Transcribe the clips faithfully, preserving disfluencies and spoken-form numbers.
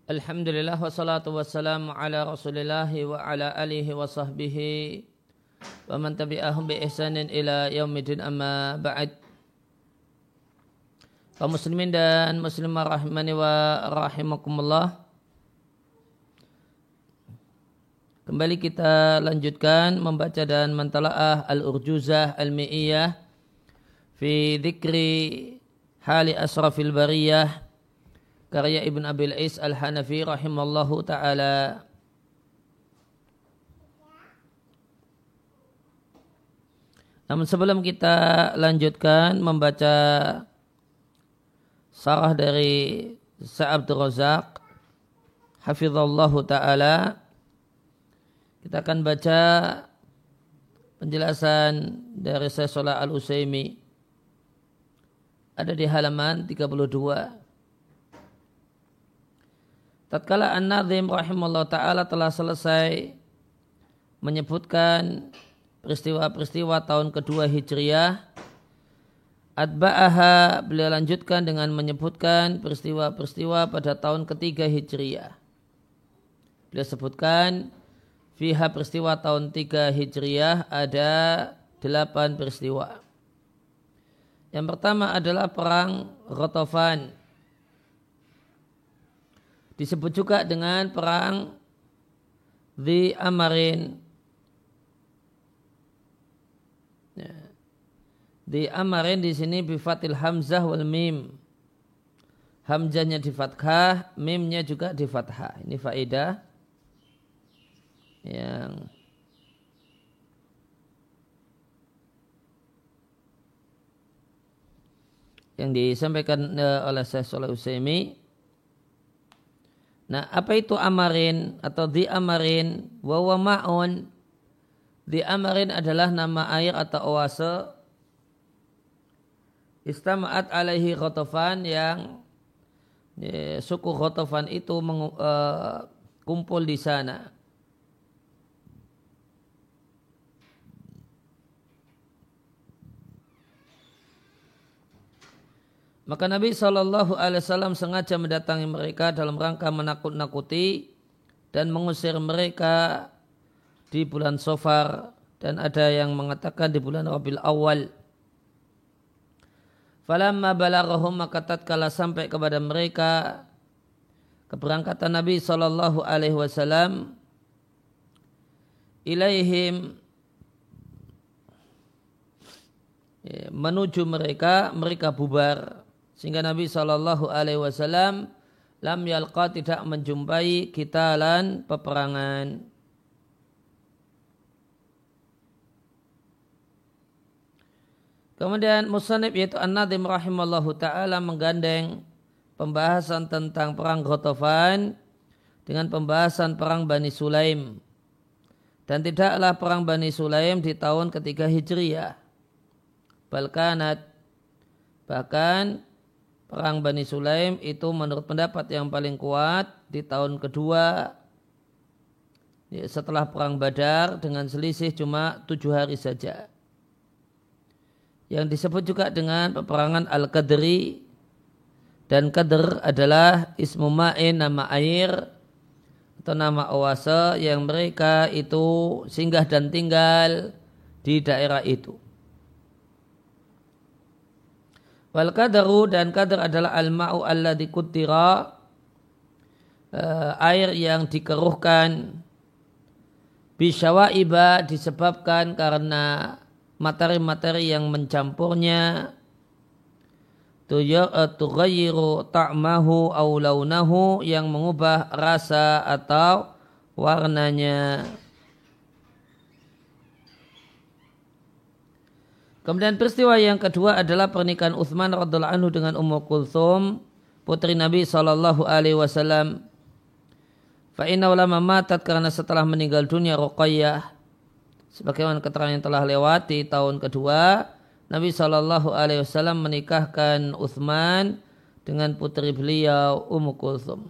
Alhamdulillah wassalatu wassalamu ala rasulillah wa ala alihi wa sahbihi wa man tabi'ahum bi ihsanin ila yaumidin amma ba'd. Kaum muslimin dan muslimah rahimani wa rahimakumullah. Kembali kita lanjutkan membaca dan mentalaah Al-Urjuzah Al-Mi'iyah fi dzikri hali asrafil bariyah karya Ibn Abil Is Al-Hanafi rahimallahu ta'ala. Namun sebelum kita lanjutkan membaca sarah dari Sa'abdur Razak hafizallahu ta'ala, kita akan baca penjelasan dari Syekh Shalih Al-Utsaimin. Ada di halaman tiga puluh dua. Tatkala An-Nadhim rahimahullah ta'ala telah selesai menyebutkan peristiwa-peristiwa tahun kedua Hijriyah, Adba'aha, beliau lanjutkan dengan menyebutkan peristiwa-peristiwa pada tahun ketiga Hijriyah. Beliau sebutkan fiha peristiwa tahun tiga Hijriyah ada delapan peristiwa. Yang pertama adalah perang Ghatafan. Disebut juga dengan perang Dhi Amarin. Ya. Dhi Amarin di sini bifatil hamzah wal mim. Hamzahnya di fathah, mimnya juga di fathah. Ini faedah yang yang disampaikan oleh Syekh Shalih Al-Utsaimin. Nah, apa itu amarin atau di amarin? Wawa ma'un. Di amarin adalah nama air atau oase. Istama'at alaihi Ghatafan, yang ya, suku Ghatafan itu mengu, uh, kumpul di sana. Maka Nabi shallallahu alaihi wasallam sengaja mendatangi mereka dalam rangka menakut-nakuti dan mengusir mereka di bulan Safar, dan ada yang mengatakan di bulan Rabiul Awal. Falamma balaghahum, maka tatkala sampai kepada mereka keberangkatan Nabi shallallahu alaihi wasallam ilaihim, menuju mereka, mereka bubar. Sehingga Nabi shallallahu alaihi wasallam lam yalqa, tidak menjumpai qitalan, peperangan. Kemudian musannif yaitu An-Nadhim rahimallahu ta'ala menggandeng pembahasan tentang perang Ghatafan dengan pembahasan perang Bani Sulaim. Dan tidaklah perang Bani Sulaim di tahun ketiga Hijriyah. Balkanat, bahkan perang Bani Sulaim itu menurut pendapat yang paling kuat di tahun kedua setelah perang Badar, dengan selisih cuma tujuh hari saja. Yang disebut juga dengan peperangan Al-Qadri, dan Qadr adalah ismu ma'in, nama air atau nama oase yang mereka itu singgah dan tinggal di daerah itu. Wal qadaru, dan qadar adalah al-ma'u alladzi kuttira, uh, air yang dikeruhkan, bisyawaiba, disebabkan karena materi-materi yang mencampurnya, tughayyiru ta'mahu aw launahu, yang mengubah rasa atau warnanya. Kemudian peristiwa yang kedua adalah pernikahan Utsman radhiyallahu anhu dengan Ummu Kulthum, putri Nabi sallallahu alaihi wasallam. Fa inna ulama matat, karena setelah meninggal dunia Ruqayyah, sebagaimana keterangan yang telah lewat di tahun kedua, Nabi sallallahu alaihi wasallam menikahkan Utsman dengan putri beliau Ummu Kulthum.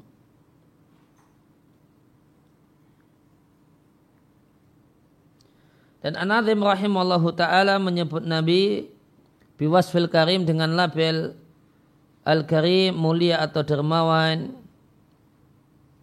Dan An-Nadhim rahimallahu ta'ala menyebut Nabi biwasfil karim, dengan label Al-Karim, mulia atau dermawan.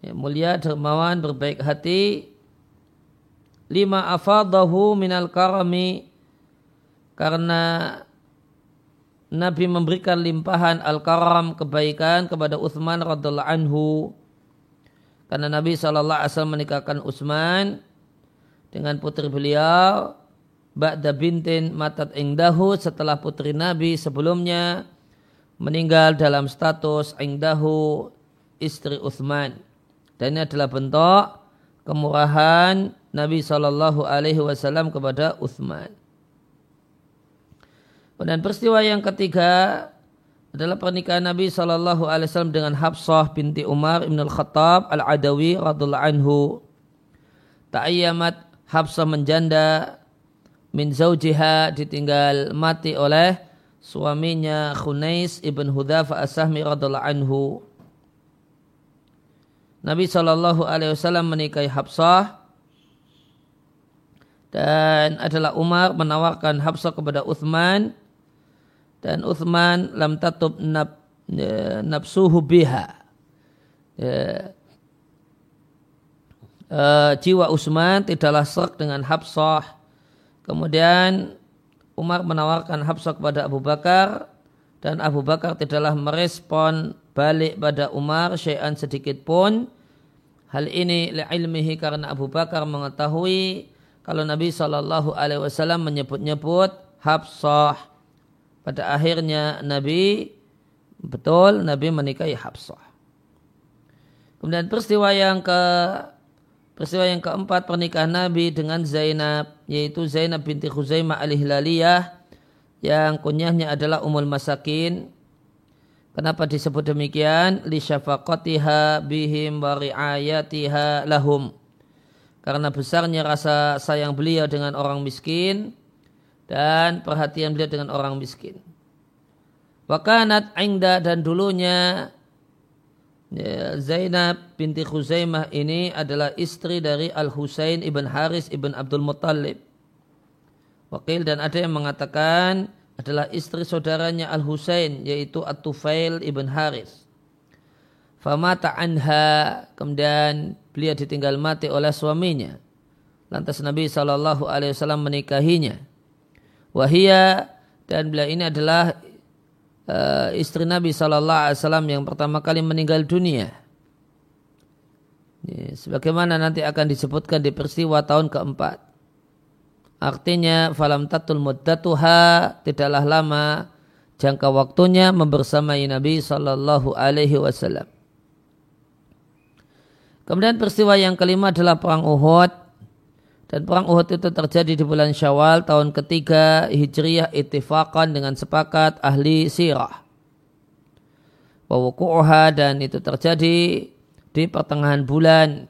ya, mulia, dermawan, berbaik hati. Lima afadahu minal karami, karena Nabi memberikan limpahan al-karam, kebaikan kepada Utsman radhiyallahu anhu. Karena Nabi shallallahu alaihi wasallam menikahkan Utsman dengan putri beliau, ba'da bintin matat ingdahu, setelah putri Nabi sebelumnya meninggal dalam status ingdahu, istri Utsman. Dan ini adalah bentuk kemurahan Nabi shallallahu alaihi wasallam kepada Utsman. Dan peristiwa yang ketiga adalah pernikahan Nabi shallallahu alaihi wasallam dengan Hafsah binti Umar ibn al-Khattab al-Adawi radhiyallahu anhu. Ta'ayyamat, Hafsah menjanda, min zaujiha, ditinggal mati oleh suaminya Khunais ibn Hudzafa as-Sahmi radhiyallahu anhu. Nabi shallallahu alaihi wasallam menikahi Hafsah, dan adalah Umar menawarkan Hafsah kepada Utsman, dan Utsman lam tatub nab, ya, nafsuhu biha. Ya. Uh, jiwa Utsman tidaklah serak dengan Hafsah. Kemudian Umar menawarkan Hafsah kepada Abu Bakar, dan Abu Bakar tidaklah merespon balik pada Umar syai'an sedikit pun. Hal ini li'ilmihi, karena Abu Bakar mengetahui kalau Nabi shallallahu alaihi wasallam menyebut-nyebut Hafsah. Pada akhirnya Nabi, betul Nabi menikahi Hafsah. Kemudian peristiwa yang ke peristiwa yang keempat, pernikahan Nabi dengan Zainab, yaitu Zainab binti Khuzaimah al-Hilaliyah, yang kunyahnya adalah Ummul Masakin. Kenapa disebut demikian? Li syafaqatiha bihim wa ri'ayatiha lahum. Karena besarnya rasa sayang beliau dengan orang miskin dan perhatian beliau dengan orang miskin. Wa kanat ingda, dan dulunya ya, Zainab binti Khuzaimah ini adalah istri dari Al-Husain ibn Haris ibn Abdul Muttalib. Wakil, dan ada yang mengatakan adalah istri saudaranya Al-Husain, yaitu At-Tufail ibn Haris. Famata anha, kemudian beliau ditinggal mati oleh suaminya. Lantas Nabi shallallahu alaihi wasallam menikahinya. Wahia, dan beliau ini adalah uh, istri Nabi shallallahu alaihi wasallam yang pertama kali meninggal dunia. Ya, sebagaimana nanti akan disebutkan di peristiwa tahun keempat. Artinya falam tatul muddatuha, tidaklah lama jangka waktunya membersamai Nabi shallallahu alaihi wasallam. Kemudian peristiwa yang kelima adalah perang Uhud. Dan perang Uhud itu terjadi di bulan Syawal tahun ketiga Hijriyah, ittifaqan, dengan sepakat ahli sirah. Wa wuqu'uha, dan itu terjadi di pertengahan bulan,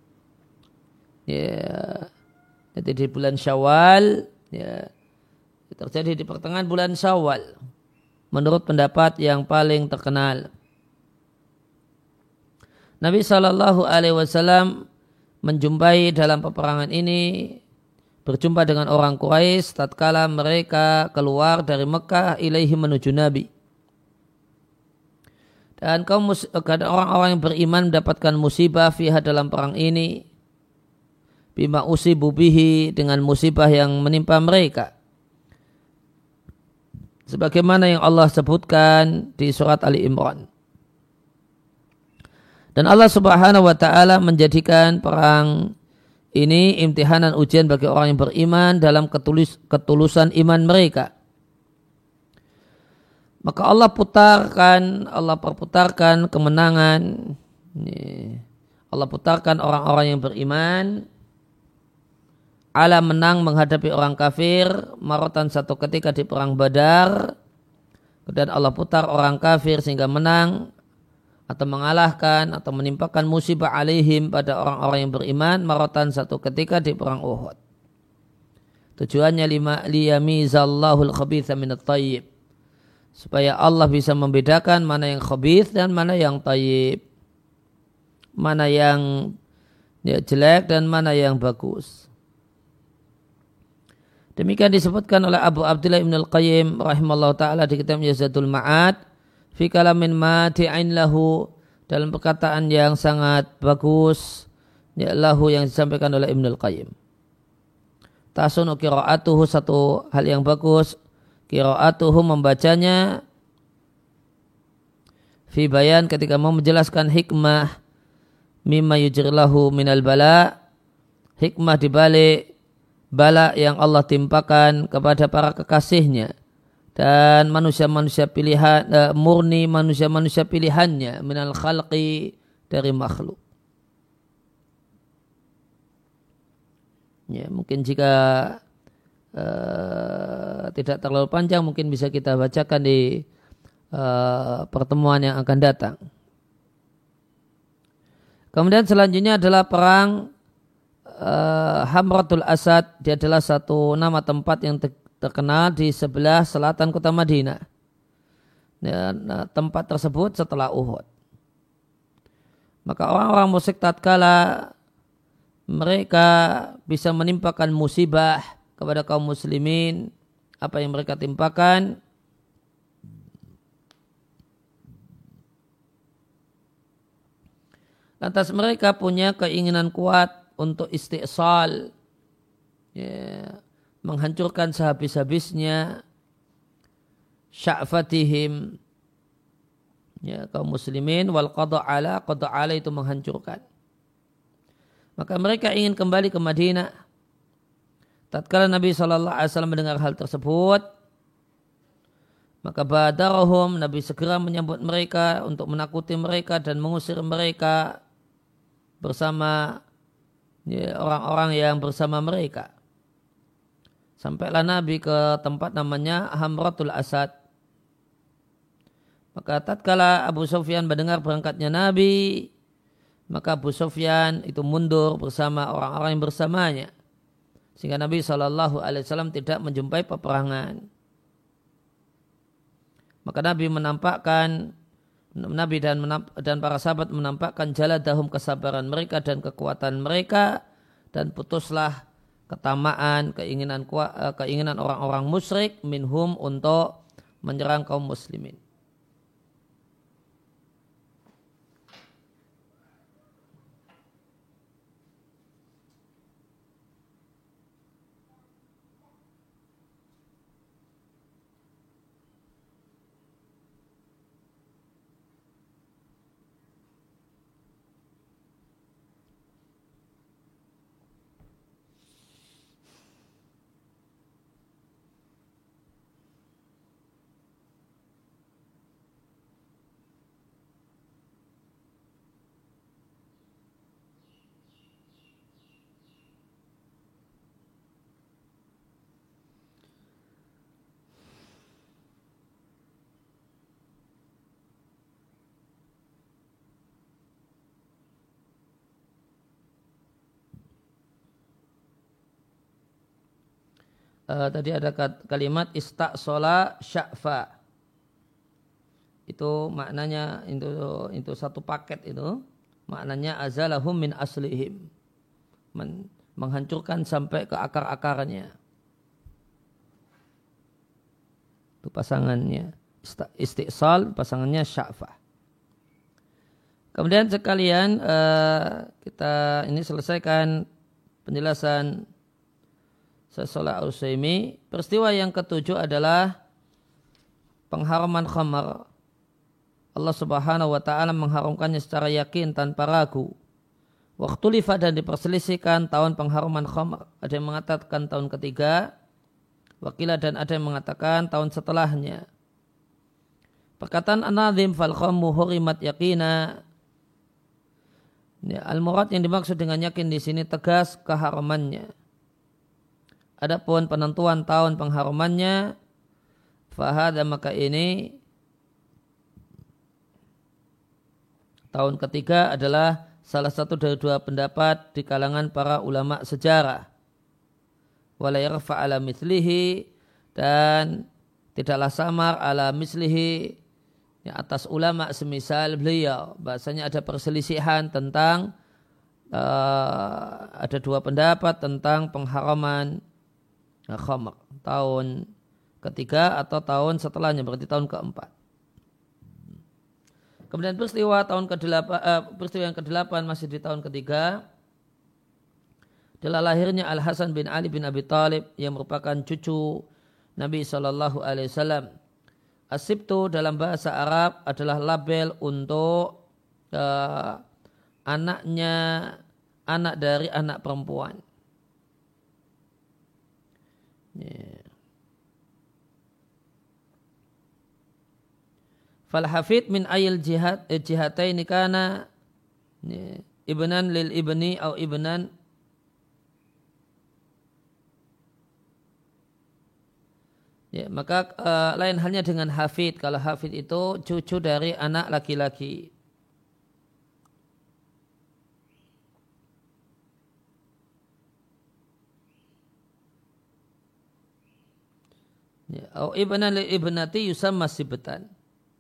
ya, jadi di bulan Syawal, ya, terjadi di pertengahan bulan Syawal menurut pendapat yang paling terkenal. Nabi shallallahu alaihi wasallam menjumpai dalam peperangan ini, berjumpa dengan orang Quraisy tatkala mereka keluar dari Mekah ilaihi menuju Nabi. Dan kaum orang-orang yang beriman mendapatkan musibah fiha dalam perang ini, bima usibu bihi, dengan musibah yang menimpa mereka. Sebagaimana yang Allah sebutkan di surat Ali Imran. Dan Allah Subhanahu wa taala menjadikan perang ini imtihanan, ujian bagi orang yang beriman dalam ketulus, ketulusan iman mereka. Maka Allah putarkan, Allah perputarkan kemenangan. Allah putarkan orang-orang yang beriman ala menang menghadapi orang kafir marotan satu ketika di perang Badar. Dan Allah putar orang kafir sehingga menang atau mengalahkan atau menimpakan musibah alaihim pada orang-orang yang beriman marotan satu ketika di perang Uhud. Tujuannya lima liyamizallahul khabitha minat tayyib, supaya Allah bisa membedakan mana yang khabith dan mana yang tayyib, mana yang ya, jelek dan mana yang bagus. Demikian disebutkan oleh Abu Abdullah Ibn Al-Qayyim rahimahullah ta'ala di kitab Zadul Ma'ad fi kalamin mati'in lahu, dalam perkataan yang sangat bagus ya lahu yang disampaikan oleh Ibnul Qayyim. Tasunu qiraatuhu, satu hal yang bagus qiraatuhu membacanya fi bayan ketika mau menjelaskan hikmah mimma yujrilahu minal bala, hikmah dibalik bala yang Allah timpakan kepada para kekasihnya dan manusia-manusia pilihan uh, murni manusia-manusia pilihannya minal khalqi dari makhluk. Ya, mungkin jika uh, tidak terlalu panjang mungkin bisa kita bacakan di uh, pertemuan yang akan datang. Kemudian selanjutnya adalah perang Uh, Hamratul Asad. Dia adalah satu nama tempat yang terkenal di sebelah selatan kota Madinah. Dan uh, tempat tersebut setelah Uhud. Maka orang-orang musyrik tatkala mereka bisa menimpakan musibah kepada kaum muslimin, apa yang mereka timpakan, lantas mereka punya keinginan kuat untuk istiqsal, ya, menghancurkan sehabis-habisnya sya'fatihim, ya, kaum muslimin, wal qada' ala, qada' ala itu menghancurkan. Maka mereka ingin kembali ke Madinah. Tatkala Nabi shallallahu alaihi wasallam mendengar hal tersebut, maka badarahum, Nabi segera menyambut mereka untuk menakuti mereka dan mengusir mereka bersama ya, orang-orang yang bersama mereka. Sampailah Nabi ke tempat namanya Hamratul Asad. Maka tatkala Abu Sufyan mendengar berangkatnya Nabi, maka Abu Sufyan itu mundur bersama orang-orang yang bersamanya, sehingga Nabi shallallahu alaihi wasallam tidak menjumpai peperangan. Maka Nabi menampakkan Nabi dan dan para sahabat menampakkan jaladahum, kesabaran mereka dan kekuatan mereka, dan putuslah ketamaan, keinginan keinginan orang-orang musyrik minhum untuk menyerang kaum muslimin. Uh, tadi ada kalimat istaqsola sya'fa. Itu maknanya itu itu satu paket itu. Maknanya azalahum min aslihim. Men, menghancurkan sampai ke akar-akarnya. Itu pasangannya. Istiqsal, pasangannya sya'fa. Kemudian sekalian uh, kita ini selesaikan penjelasan Saleh Al-Utsaimin. Peristiwa yang ketujuh adalah pengharuman khamar. Allah Subhanahu wa taala mengharumkannya secara yakin tanpa ragu. Waktu lifa dan diperselisihkan tahun pengharuman khamar. Ada yang mengatakan tahun ketiga, wakilah dan ada yang mengatakan tahun setelahnya. Perkataan An-Nazim fal khamru hurimat yaqina. Ya, al-murad yang dimaksud dengan yakin di sini tegas keharumannya. Adapun penentuan tahun pengharumannya, fahada maka ini tahun ketiga adalah salah satu dari dua pendapat di kalangan para ulama sejarah. Wala yarfa ala mithlihi, dan tidaklah samar ala mislihi, ya, atas ulama semisal beliau. Bahasanya ada perselisihan tentang uh, ada dua pendapat tentang pengharaman khamr tahun ketiga atau tahun setelahnya, berarti tahun keempat. Kemudian peristiwa tahun kedelapan, uh, peristiwa yang kedelapan masih di tahun ketiga adalah lahirnya Al Hasan bin Ali bin Abi Thalib yang merupakan cucu Nabi Shallallahu Alaihi Wasallam. As-sibtu dalam bahasa Arab adalah label untuk uh, anaknya anak dari anak perempuan. Yeah. Fal hafid min ayil jihad eh, jihataini kana yeah, ibnan lil ibni atau ibnan ya, maka uh, lain halnya dengan hafid. Kalau hafid itu cucu dari anak laki-laki. Ya, atau ibnan lil ibnati yusamma sibtan.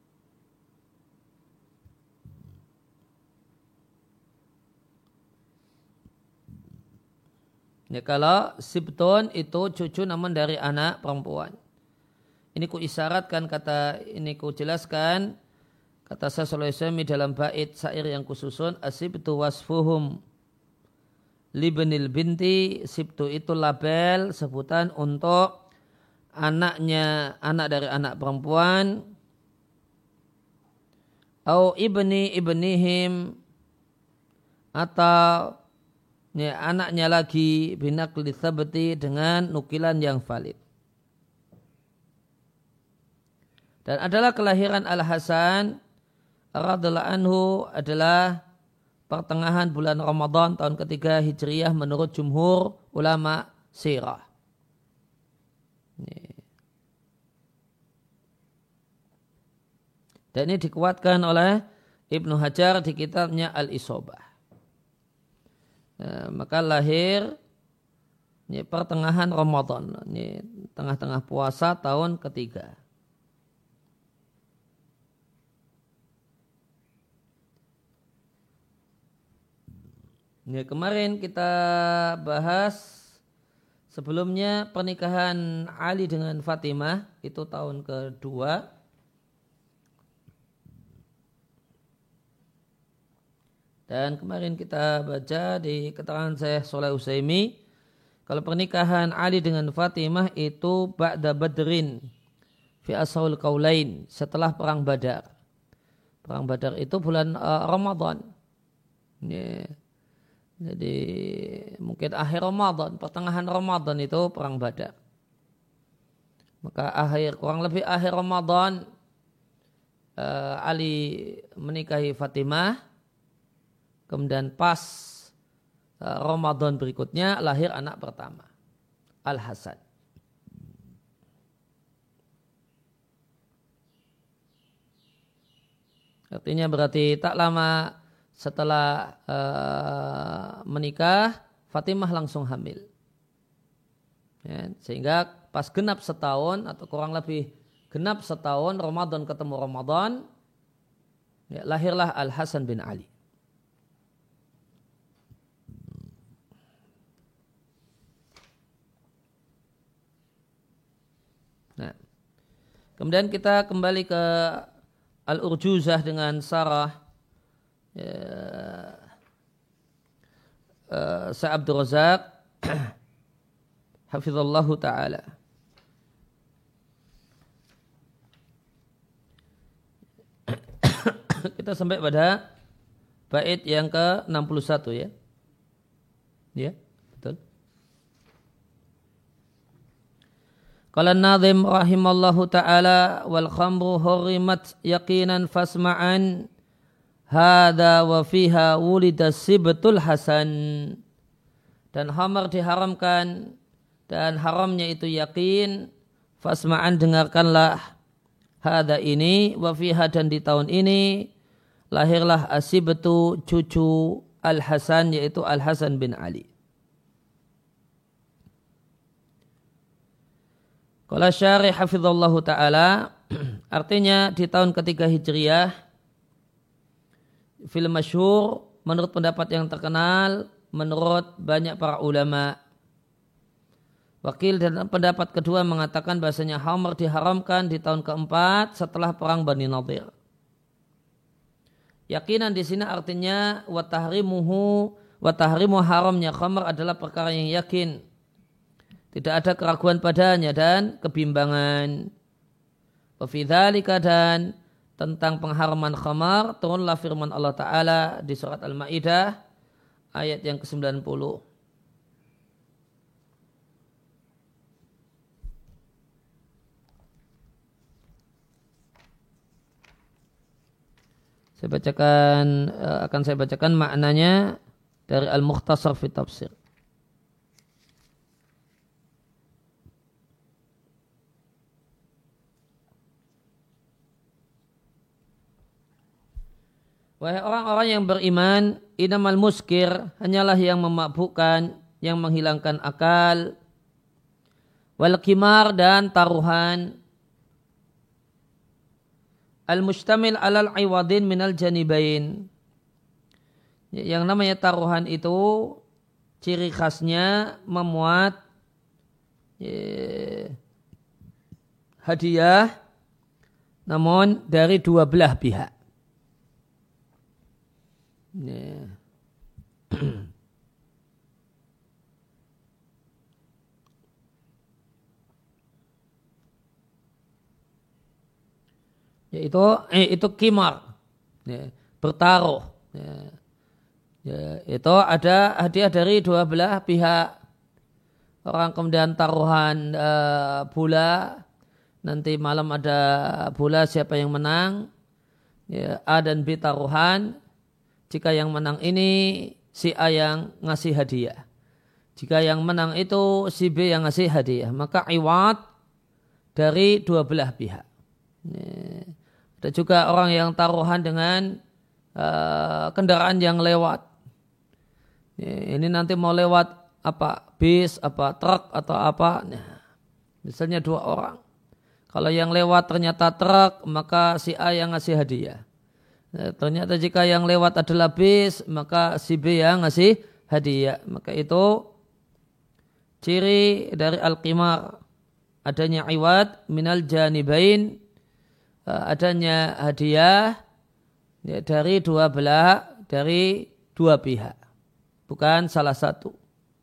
Ya, kalau sibton itu cucu namun dari anak perempuan. Ini ku isyaratkan, kata ini ku jelaskan, kata saya Sulaisami dalam bait syair yang kususun, asibtu wasfuhum libnil binti. Sibtu itu label sebutan untuk anaknya, anak dari anak perempuan. Au ibni ibnihim, atau ya, anaknya lagi binakli tsabti dengan nukilan yang valid. Dan adalah kelahiran Al-Hasan radhiyallahu anhu adalah pertengahan bulan Ramadan tahun ketiga Hijriyah menurut jumhur ulama sirah. Dan ini dikuatkan oleh Ibnu Hajar di kitabnya Al-Isobah. Ya, maka lahir ya, pertengahan Ramadan, ya, tengah-tengah puasa tahun ketiga. Ya, kemarin kita bahas sebelumnya pernikahan Ali dengan Fatimah itu tahun kedua. Dan kemarin kita baca di keterangan Syekh Shalih Utsaimin kalau pernikahan Ali dengan Fatimah itu ba'da Badrin fi ashaul qaulain, setelah perang Badar. Perang Badar itu bulan uh, Ramadan. Ya. Jadi mungkin akhir Ramadan, pertengahan Ramadan itu perang Badar. Maka akhir kurang lebih akhir Ramadan uh, Ali menikahi Fatimah. Kemudian pas uh, Ramadan berikutnya lahir anak pertama, Al-Hasan. Artinya berarti tak lama setelah uh, menikah, Fatimah langsung hamil. Ya, sehingga pas genap setahun atau kurang lebih genap setahun Ramadan ketemu Ramadan, ya, lahirlah Al-Hasan bin Ali. Nah, kemudian kita kembali ke Al-Urjuzah dengan Sarah ya, uh, Sa' Abdul Razak hafizallahu ta'ala. Kita sampai pada bait yang ke enam puluh satu ya. Ya, betul. Qala an-nadhim rahimallahu ta'ala wal khamru hurimat yaqinan fasma'an hadha wa fiha wulida sibtul hasan. Dan khamar diharamkan dan haramnya itu yakin, fasma'an dengarkanlah, hadha ini, wa fiha dan di tahun ini lahirlah asibtu cucu Al-Hasan yaitu Al-Hasan bin Ali. Qala syarih hafizallahu ta'ala, artinya di tahun ketiga Hijriyah, fil masyhur, menurut pendapat yang terkenal, menurut banyak para ulama. Wakil dan pendapat kedua mengatakan bahasanya khamr diharamkan di tahun keempat setelah perang Bani Nadir. Yakinan di sini artinya wa tahrimuhu wa tahrimu haramnya khamar adalah perkara yang yakin. Tidak ada keraguan padanya dan kebimbangan. Wa fi dzalika dan tentang pengharaman khamar turunlah firman Allah Ta'ala di surat Al-Maidah ayat yang ke sembilan puluh. Saya bacakan akan saya bacakan maknanya dari Al-Mukhtasar fi Tafsir. Wahai orang-orang yang beriman, inamal muskir hanyalah yang memabukkan, yang menghilangkan akal, wal qimar dan taruhan, al-mustamil alal iwadin minal janibain. Yang namanya taruhan itu ciri khasnya memuat ya, hadiah namun dari dua belah pihak. Ya. Yaitu eh, itu kimar, ya, bertaruh. Ya. Ya, itu ada hadiah dari dua belah pihak. Orang kemudian taruhan uh, bola, nanti malam ada bola siapa yang menang, ya, A dan B taruhan. Jika yang menang ini si A yang ngasih hadiah. Jika yang menang itu si B yang ngasih hadiah. Maka iwat dari dua belah pihak. Ya. Ada juga orang yang taruhan dengan uh, kendaraan yang lewat. Ya, ini nanti mau lewat apa? Bis, apa truk atau apa. Nah, misalnya dua orang. Kalau yang lewat ternyata truk, maka si A yang ngasih hadiah. Nah, ternyata jika yang lewat adalah bis, maka si B yang ngasih hadiah. Maka itu ciri dari al-qimar. Adanya iwad minal janibain. Adanya hadiah ya, dari dua belah, dari dua pihak. Bukan salah satu.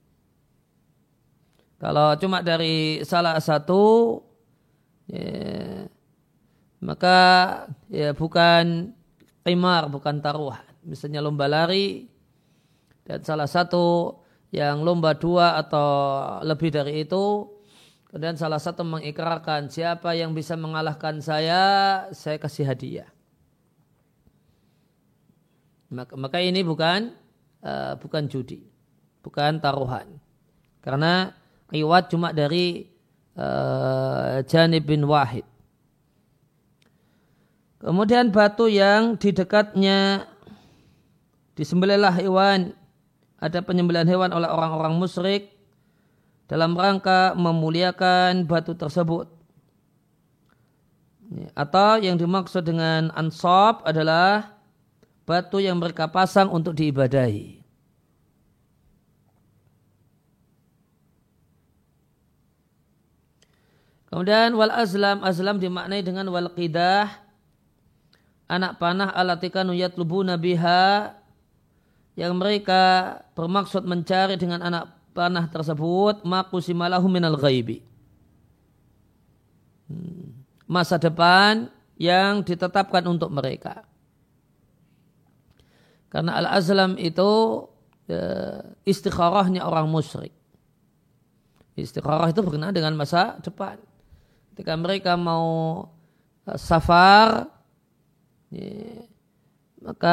Kalau cuma dari salah satu, ya, maka ya bukan qimar, bukan taruhan. Misalnya lomba lari, dan salah satu yang lomba dua atau lebih dari itu, kemudian salah satu mengikrarkan siapa yang bisa mengalahkan saya, saya kasih hadiah. Maka, maka ini bukan uh, bukan judi, bukan taruhan. Karena iwat cuma dari uh, janib bin wahid. Kemudian batu yang di dekatnya disembelihlah hewan, ada penyembelihan hewan oleh orang-orang musyrik dalam rangka memuliakan batu tersebut. Atau yang dimaksud dengan ansab adalah batu yang mereka pasang untuk diibadahi. Kemudian wal azlam, azlam dimaknai dengan wal qidah, anak panah alatikanu yatlubuna biha, yang mereka bermaksud mencari dengan anak panah tersebut maqusimalahu minal ghaibi, masa depan yang ditetapkan untuk mereka. Karena al-azlam itu istikharahnya orang musyrik. Istikharah itu berkenaan dengan masa depan. Ketika mereka mau safar, ya, maka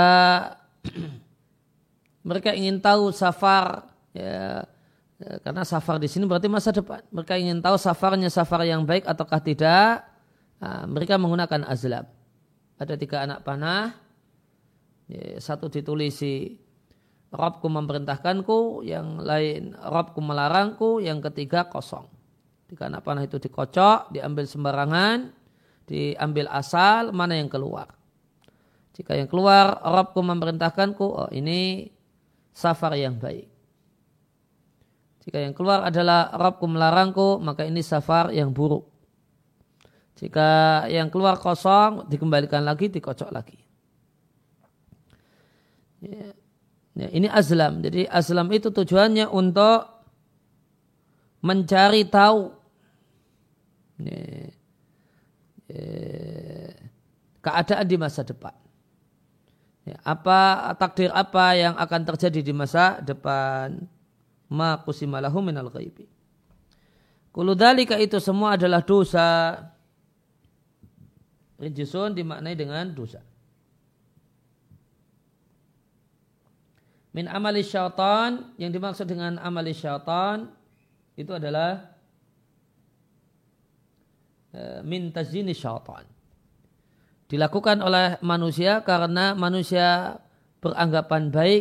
mereka ingin tahu safar, ya, ya, karena safar di sini berarti masa depan. Mereka ingin tahu safarnya safar yang baik ataukah tidak. Nah, mereka menggunakan azlam. Ada tiga anak panah, ya, satu ditulisi Rabbku memerintahkanku, yang lain Rabbku melarangku, yang ketiga kosong. Tiga anak panah itu dikocok, diambil sembarangan, diambil asal, mana yang keluar. Jika yang keluar Rabbku memerintahkanku, oh ini safar yang baik. Jika yang keluar adalah Rabbku melarangku, maka ini safar yang buruk. Jika yang keluar kosong, dikembalikan lagi, dikocok lagi. Ya. Ya, ini azlam. Jadi azlam itu tujuannya untuk mencari tahu ya, ya, keadaan di masa depan. Ya, apa takdir apa yang akan terjadi di masa depan? Ma qusima lahu minal ghaibi. Kullu dzalika itu semua adalah dosa. Rijsun dimaknai dengan dosa. Min amali syaitan, yang dimaksud dengan amali syaitan itu adalah e, min tazyini syaitan. Dilakukan oleh manusia karena manusia beranggapan baik,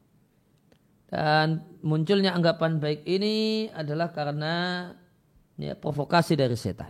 dan munculnya anggapan baik ini adalah karena ya, provokasi dari setan.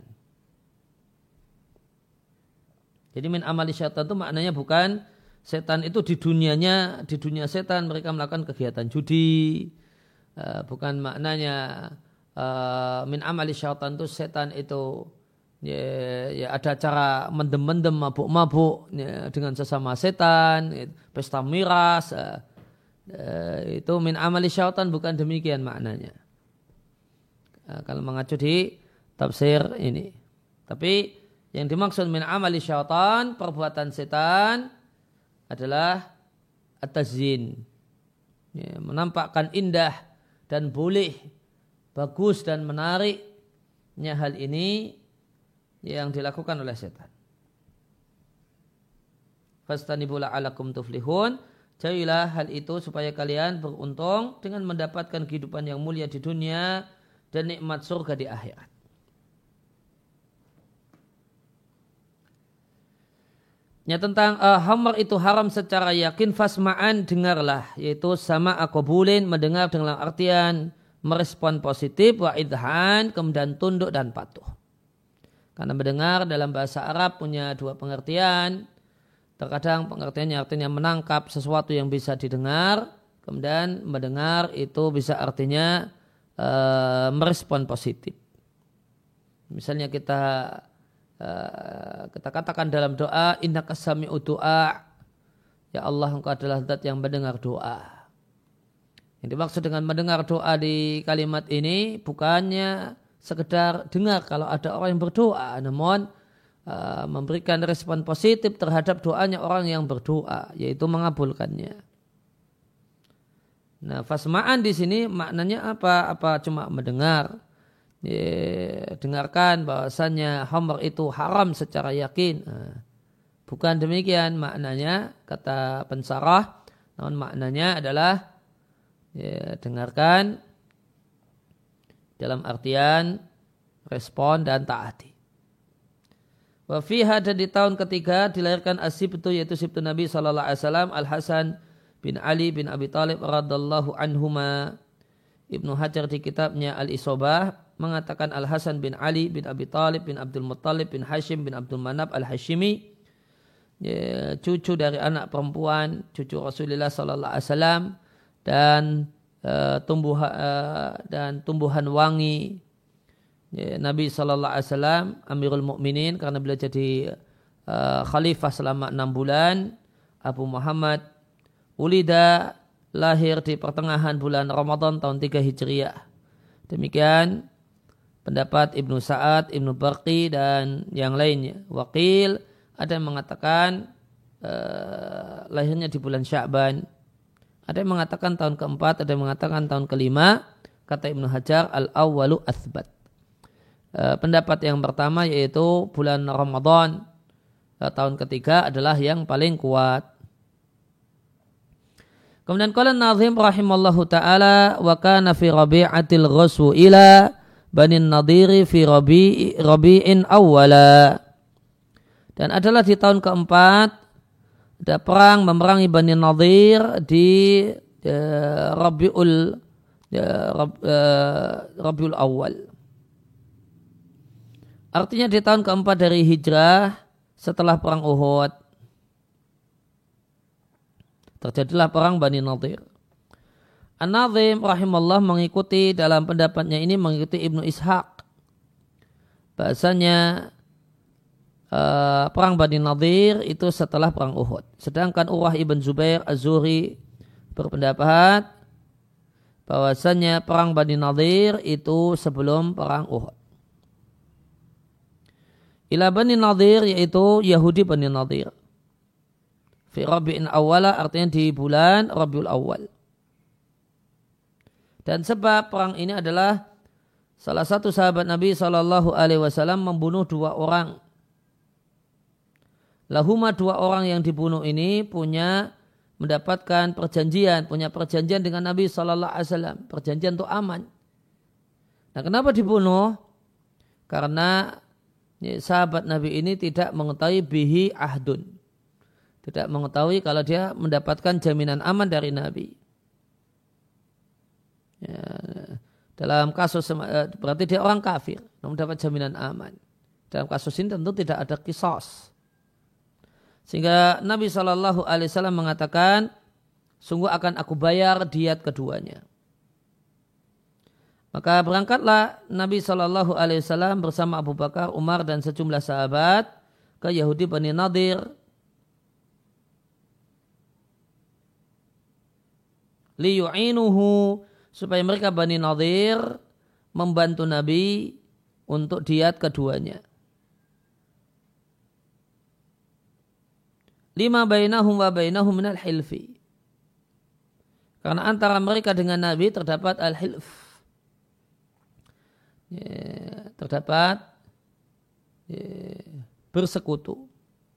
Jadi min amali syaitan itu maknanya bukan setan itu di dunianya, di dunia setan mereka melakukan kegiatan judi. Uh, bukan maknanya uh, min amali syaitan itu setan itu ya, ya ada cara mendem-mendem mabuk-mabuk ya, dengan sesama setan, ya, pesta miras. Uh, uh, itu min amali syaitan, bukan demikian maknanya. Uh, kalau mengacu di tafsir ini. Tapi yang dimaksud min amali syaitan, perbuatan setan adalah at-tazyin, ya, menampakkan indah dan boleh, bagus dan menariknya hal ini yang dilakukan oleh setan. Fastanibu la'alakum tuflihun, jauhilah hal itu supaya kalian beruntung dengan mendapatkan kehidupan yang mulia di dunia dan nikmat surga di akhirat. Ya, tentang uh, hamar itu haram secara yakin, fasma'an, dengarlah, yaitu sama akobulin, mendengar dengan artian merespon positif, wa idhan, kemudian tunduk dan patuh. Karena mendengar dalam bahasa Arab punya dua pengertian. Terkadang pengertiannya artinya menangkap sesuatu yang bisa didengar, kemudian mendengar itu bisa artinya uh, merespon positif. Misalnya kita Uh, kita katakan dalam doa, innaka sami'u du'a, ya Allah engkau adalah zat yang mendengar doa. Yang dimaksud dengan mendengar doa di kalimat ini bukannya sekedar dengar kalau ada orang yang berdoa, namun uh, memberikan respon positif terhadap doanya orang yang berdoa, yaitu mengabulkannya. Nah, fasma'an di sini maknanya apa? Apa cuma mendengar? Ya, dengarkan bahwasannya khamr itu haram secara yakin. Nah, bukan demikian maknanya kata pensarah, namun maknanya adalah ya, dengarkan dalam artian respon dan taati. Wa fiha, dan di tahun ketiga dilahirkan as-sibtu, yaitu sibtu Nabi sallallahu alaihi wasallam, Al-Hasan bin Ali bin Abi Thalib radhiyallahu anhuma. Ibnu Hajar di kitabnya Al-Isobah mengatakan Al-Hasan bin Ali bin Abi Thalib bin Abdul Muttalib bin Hashim bin Abdul Manab Al-Hashimi, ya, cucu dari anak perempuan cucu Rasulullah sallallahu alaihi wasallam, dan uh, tumbuh uh, dan tumbuhan wangi ya, Nabi sallallahu alaihi wasallam, Amirul Mukminin karena beliau jadi uh, khalifah selama enam bulan. Abu Muhammad ulida, lahir di pertengahan bulan Ramadan tahun tiga Hijriah. Demikian pendapat Ibnu Sa'ad, Ibnu Barqi dan yang lainnya. Waqil, ada yang mengatakan uh, lahirnya di bulan Sya'ban. Ada yang mengatakan tahun keempat, ada yang mengatakan tahun kelima. Kata Ibnu Hajar, al-awwalu athbat. Uh, pendapat yang pertama yaitu bulan Ramadan. Uh, tahun ketiga adalah yang paling kuat. Kemudian qala Nazim rahimallahu ta'ala, wa kana fi rabi'atil ghaswu ila Bani Nadiri fi rabi, rabi'in awwala. Dan adalah di tahun keempat ada perang memerangi Bani Nadir di uh, Rabiul uh, Rab, uh, Rabiul Awal. Artinya di tahun keempat dari hijrah setelah perang Uhud. Terjadilah perang Bani Nadir. An-Nazim rahimallah mengikuti dalam pendapatnya ini mengikuti Ibnu Ishaq. Bahasanya uh, perang Bani Nadir itu setelah perang Uhud. Sedangkan Urwah ibn Zubair Az-Zuhri berpendapat bahwasanya perang Bani Nadir itu sebelum perang Uhud. Ila Bani Nadir yaitu Yahudi Bani Nadir. Fi Rabi'in Awwala artinya di bulan Rabiul Awal. Dan sebab perang ini adalah salah satu sahabat Nabi shallallahu alaihi wasallam membunuh dua orang. Lahuma dua orang yang dibunuh ini punya mendapatkan perjanjian, punya perjanjian dengan Nabi shallallahu alaihi wasallam, perjanjian untuk aman. Nah, kenapa dibunuh? Karena ya, sahabat Nabi ini tidak mengetahui bihi ahdun, tidak mengetahui kalau dia mendapatkan jaminan aman dari Nabi. Ya, dalam kasus berarti dia orang kafir, namun dapat jaminan aman. Dalam kasus ini tentu tidak ada qisas. Sehingga Nabi shallallahu alaihi wasallam mengatakan, sungguh akan aku bayar diat keduanya. Maka berangkatlah Nabi shallallahu alaihi wasallam bersama Abu Bakar, Umar dan sejumlah sahabat ke Yahudi Bani Nadir. Liyu'inuhu, supaya mereka Bani Nadir membantu Nabi untuk diat keduanya. Lima bainahum wa bainahum minal hilfi. Karena antara mereka dengan Nabi terdapat al-hilf. Ya, terdapat ya, bersekutu.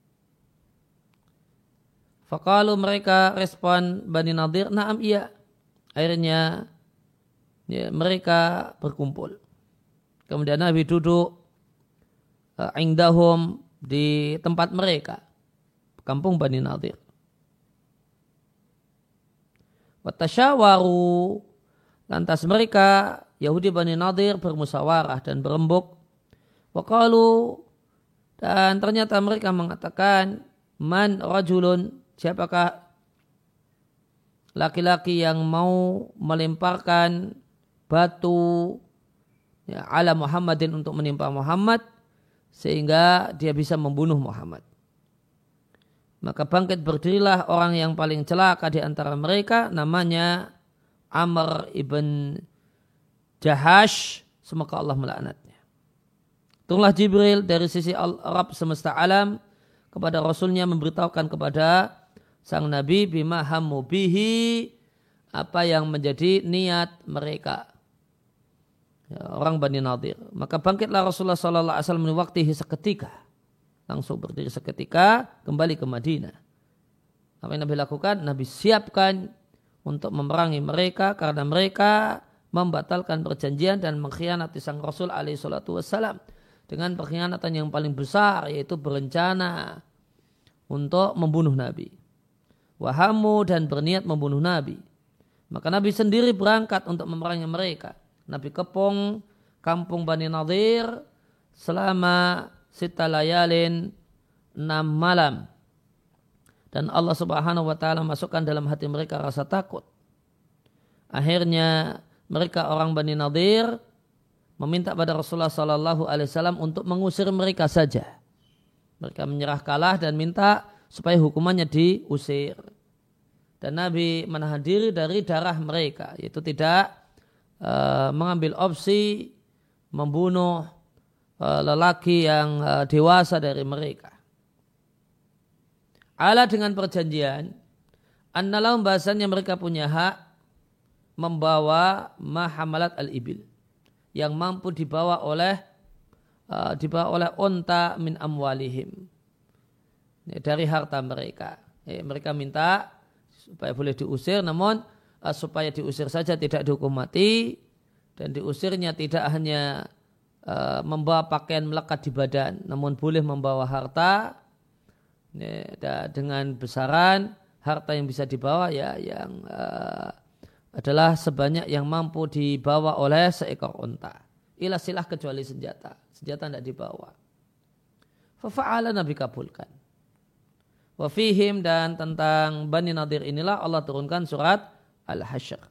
Faqalu, mereka respon Bani Nadir, na'am iya. Akhirnya ya, mereka berkumpul. Kemudian Nabi duduk uh, indahum di tempat mereka. Kampung Bani Nadir. Watasyawaru, lantas mereka Yahudi Bani Nadir bermusyawarah dan berembuk. Waqalu, dan ternyata mereka mengatakan, man rajulun, siapakah laki-laki yang mau melemparkan batu ya, ala Muhammadin untuk menimpa Muhammad sehingga dia bisa membunuh Muhammad. Maka bangkit berdirilah orang yang paling celaka di antara mereka, namanya Amr ibn Jahash, semoga Allah melaknatnya. Turunlah Jibril dari sisi Rabb semesta alam kepada Rasulnya memberitahukan kepada sang Nabi bima hammu bihi, apa yang menjadi niat mereka, ya, orang Bani Nadir. Maka bangkitlah Rasulullah sallallahu alaihi wasallam waktihi seketika. Langsung berdiri seketika kembali ke Madinah. Apa yang Nabi lakukan? Nabi siapkan untuk memerangi mereka karena mereka membatalkan perjanjian dan mengkhianati sang Rasul alaihi salatu wassalam dengan pengkhianatan yang paling besar, yaitu berencana untuk membunuh Nabi. Wahamu, dan berniat membunuh Nabi. Maka Nabi sendiri berangkat untuk memerangi mereka. Nabi kepung kampung Bani Nadir selama sita layalin, enam malam. Dan Allah subhanahu wa ta'ala masukkan dalam hati mereka rasa takut. Akhirnya mereka orang Bani Nadir meminta pada Rasulullah sallallahu alaihi wasallam untuk mengusir mereka saja. Mereka menyerah kalah dan minta supaya hukumannya diusir. Dan Nabi menahan diri dari darah mereka, yaitu tidak uh, mengambil opsi membunuh lelaki yang dewasa dari mereka. Ala, dengan perjanjian, annalahum, bahasanya mereka punya hak membawa mahamalat al-ibil, yang mampu dibawa oleh uh, dibawa oleh unta min amwalihim, dari harta mereka. Eh, mereka minta supaya boleh diusir, namun uh, supaya diusir saja, tidak dihukum mati, dan diusirnya tidak hanya Uh, membawa pakaian melekat di badan, namun boleh membawa harta ya, dengan besaran harta yang bisa dibawa ya yang uh, adalah sebanyak yang mampu dibawa oleh seekor unta. Ila silah, kecuali senjata, senjata tidak dibawa. Fafa'ala, Nabi kabulkan. Wa fihim, dan tentang Bani Nadir inilah Allah turunkan surat Al-Hasyr.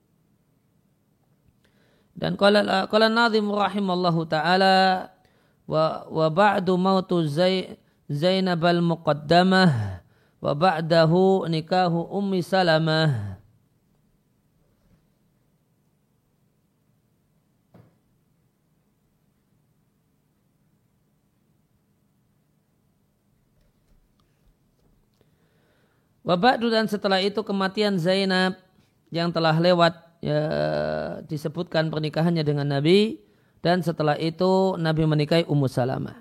Dan qala qala Nazim rahimallahu taala, wa wa ba'du mautu Zainab al-Muqaddamah wa ba'dahu nikahu Ummi Salamah. Wa ba'du dan setelah itu kematian Zainab yang telah lewat ya, disebutkan pernikahannya dengan Nabi, dan setelah itu Nabi menikahi Ummu Salamah.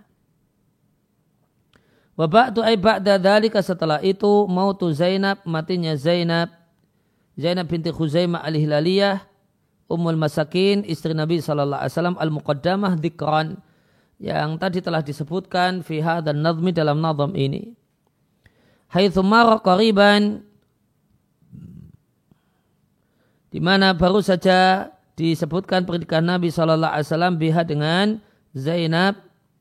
Wa ba'du ay ba'da dzalika setelah itu mautu Zainab, matinya Zainab Zainab binti Khuzaimah al-Hilaliyah Ummul Masakin, istri Nabi sallallahu alaihi wasallam, al-Muqaddamah dzikran yang tadi telah disebutkan fi hadzal nazmi dalam nazam ini. Haitsu mara qariban, di mana baru saja disebutkan pernikahan Nabi sallallahu alaihi wasallam biha dengan Zainab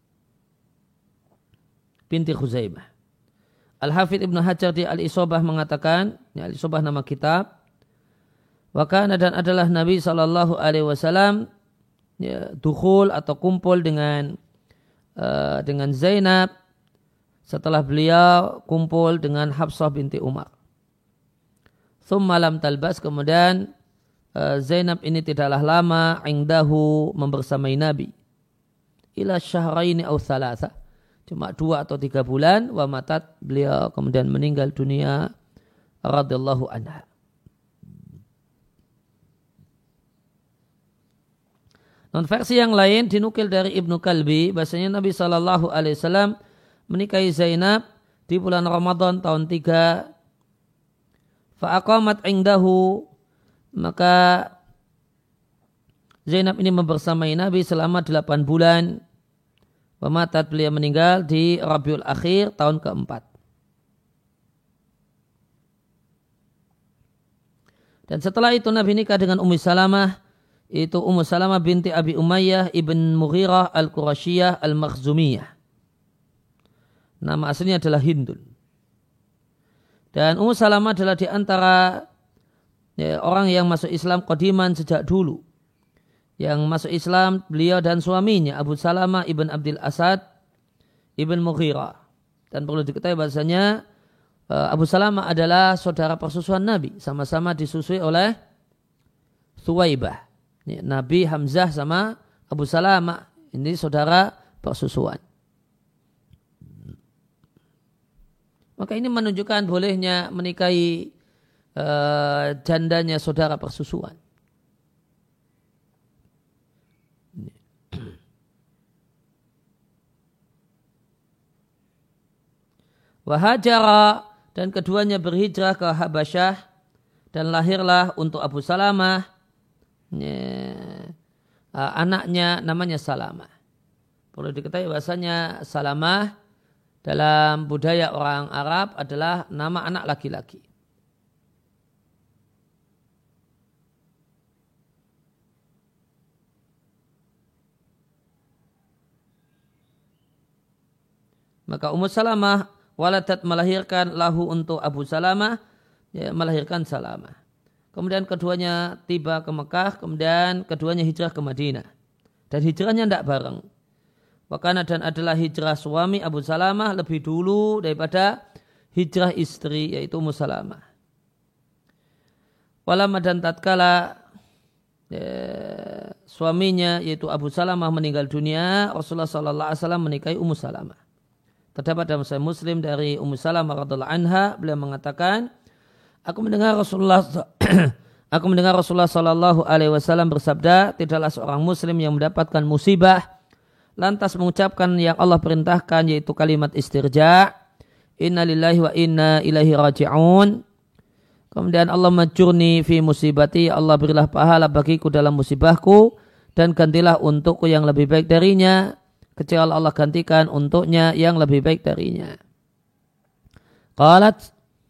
binti Khuzaimah. Al-Hafidz Ibnu Hajar di Al-Isobah mengatakan, ya, Al-Isobah nama kitab, wa kana dan adalah Nabi sallallahu alaihi wasallam ya, dukhul atau kumpul dengan uh, dengan Zainab setelah beliau kumpul dengan Hafsah binti Umar. Tsumma lam talbas, kemudian uh, Zainab ini tidaklah lama indahu membersamai Nabi. Ila syahraini aw thalatha, cuma dua atau tiga bulan. Wa matat, beliau kemudian meninggal dunia radhiyallahu anha. Non versi yang lain dinukil dari Ibnu Kalbi bahasanya Nabi sallallahu alaihi wasallam menikahi Zainab di bulan Ramadan tahun tiga. Fa'aqamat indahu, maka Zainab ini membersamai Nabi selama delapan bulan. Wamatat, beliau meninggal di Rabiul Akhir tahun keempat. Dan setelah itu Nabi nikah dengan Ummu Salamah, itu Ummu Salamah binti Abi Umayyah ibn Mughirah al-Qurashiyah al-Makhzumiyah. Nama aslinya adalah Hindun. Dan Ummu Salamah adalah di antara ya, orang yang masuk Islam qadiman sejak dulu. Yang masuk Islam beliau dan suaminya Abu Salamah ibn Abdul Asad ibn Mughirah. Dan perlu diketahui bahasanya Abu Salamah adalah saudara persusuan Nabi. Sama-sama disusui oleh Thuwaibah. Nabi Hamzah sama Abu Salamah. Ini saudara persusuan. Maka ini menunjukkan bolehnya menikahi uh, jandanya saudara persusuan. Wahajara, dan keduanya berhijrah ke Habasyah, dan lahirlah untuk Abu Salamah ya, uh, anaknya namanya Salamah. Perlu diketahui bahasanya Salamah dalam budaya orang Arab adalah nama anak laki-laki. Maka Ummu Salamah waladat melahirkan lahu untuk Abu Salamah, ya, melahirkan Salamah. Kemudian keduanya tiba ke Mekah, kemudian keduanya hijrah ke Madinah. Dan hijrahnya tidak bareng. Wakana dan adalah hijrah suami Abu Salamah lebih dulu daripada hijrah istri yaitu Ummu Salamah. Walama dan tatkala ya, suaminya yaitu Abu Salamah meninggal dunia, Rasulullah sallallahu alaihi wasallam menikahi Ummu Salamah. Terdapat dalam Sahih Muslim dari Ummu Salamah radhiallahu anha, beliau mengatakan, aku mendengar Rasulullah aku mendengar Rasulullah sallallahu alaihi wasallam bersabda, tidaklah seorang muslim yang mendapatkan musibah lantas mengucapkan yang Allah perintahkan yaitu kalimat istirja, inna lillahi wa inna ilaihi raji'un. Kemudian Allah majurni fi musibati, Allah berilah pahala bagiku dalam musibahku dan gantilah untukku yang lebih baik darinya, kecuali Allah gantikan untuknya yang lebih baik darinya. Qalat,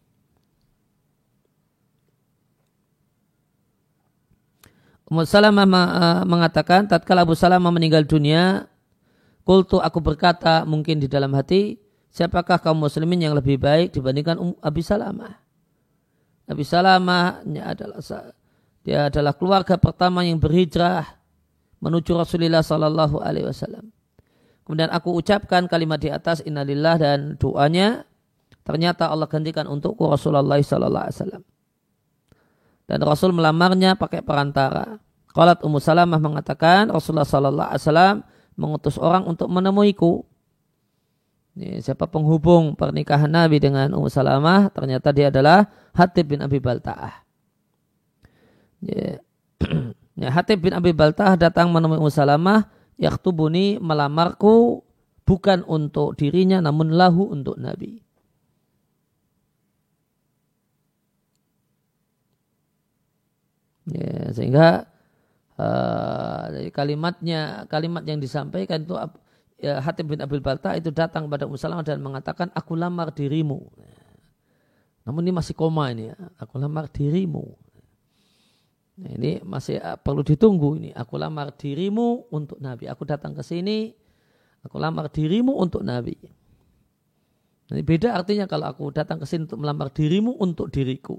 Ummu Salamah mengatakan, tatkala Abu Salamah meninggal dunia, qultu, aku berkata mungkin di dalam hati, siapakah kaum muslimin yang lebih baik dibandingkan um, Abi Salamah? Abi Salamah adalah dia adalah keluarga pertama yang berhijrah menuju Rasulullah sallallahu alaihi wasallam. Kemudian aku ucapkan kalimat di atas innalillah dan doanya. Ternyata Allah gantikan untukku Rasulullah sallallahu alaihi wasallam. Dan Rasul melamarnya pakai perantara. Qalat Ummu Salamah mengatakan Rasulullah sallallahu alaihi wasallam mengutus orang untuk menemuiku. Ini siapa penghubung pernikahan Nabi dengan Ummu Salamah? Ternyata dia adalah Hatib bin Abi Balta'ah. Ya. Ya, Hatib bin Abi Balta'ah datang menemui Ummu Salamah, yakhtubuni, melamarku bukan untuk dirinya namun lahu, untuk Nabi. Ya, sehingga uh, kalimatnya kalimat yang disampaikan itu ya, Hatib bin Abi Balta'ah itu datang kepada Ummu Salamah dan mengatakan aku lamar dirimu. Namun ini masih koma ini ya. Aku lamar dirimu. Nah, ini masih uh, perlu ditunggu ini. Aku lamar dirimu untuk Nabi. Aku datang ke sini. Aku lamar dirimu untuk Nabi. Ini beda artinya kalau aku datang ke sini untuk melamar dirimu untuk diriku.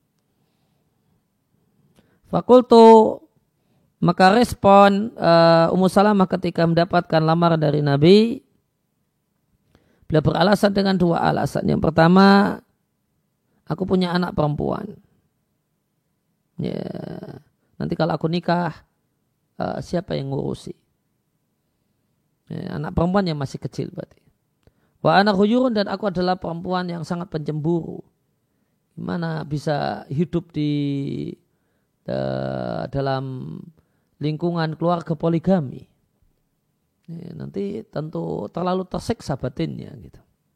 Fakultu, maka respon uh, Ummu Salamah ketika mendapatkan lamaran dari Nabi, beliau beralasan dengan dua alasan. Yang pertama, aku punya anak perempuan. Ya, nanti kalau aku nikah, uh, siapa yang ngurusi? Ya, anak perempuan yang masih kecil berarti. Wa ana khuyurun, dan aku adalah perempuan yang sangat pencemburu. Gimana bisa hidup di dalam lingkungan keluarga poligami, ya, nanti tentu terlalu tersiksa batinnya gitu.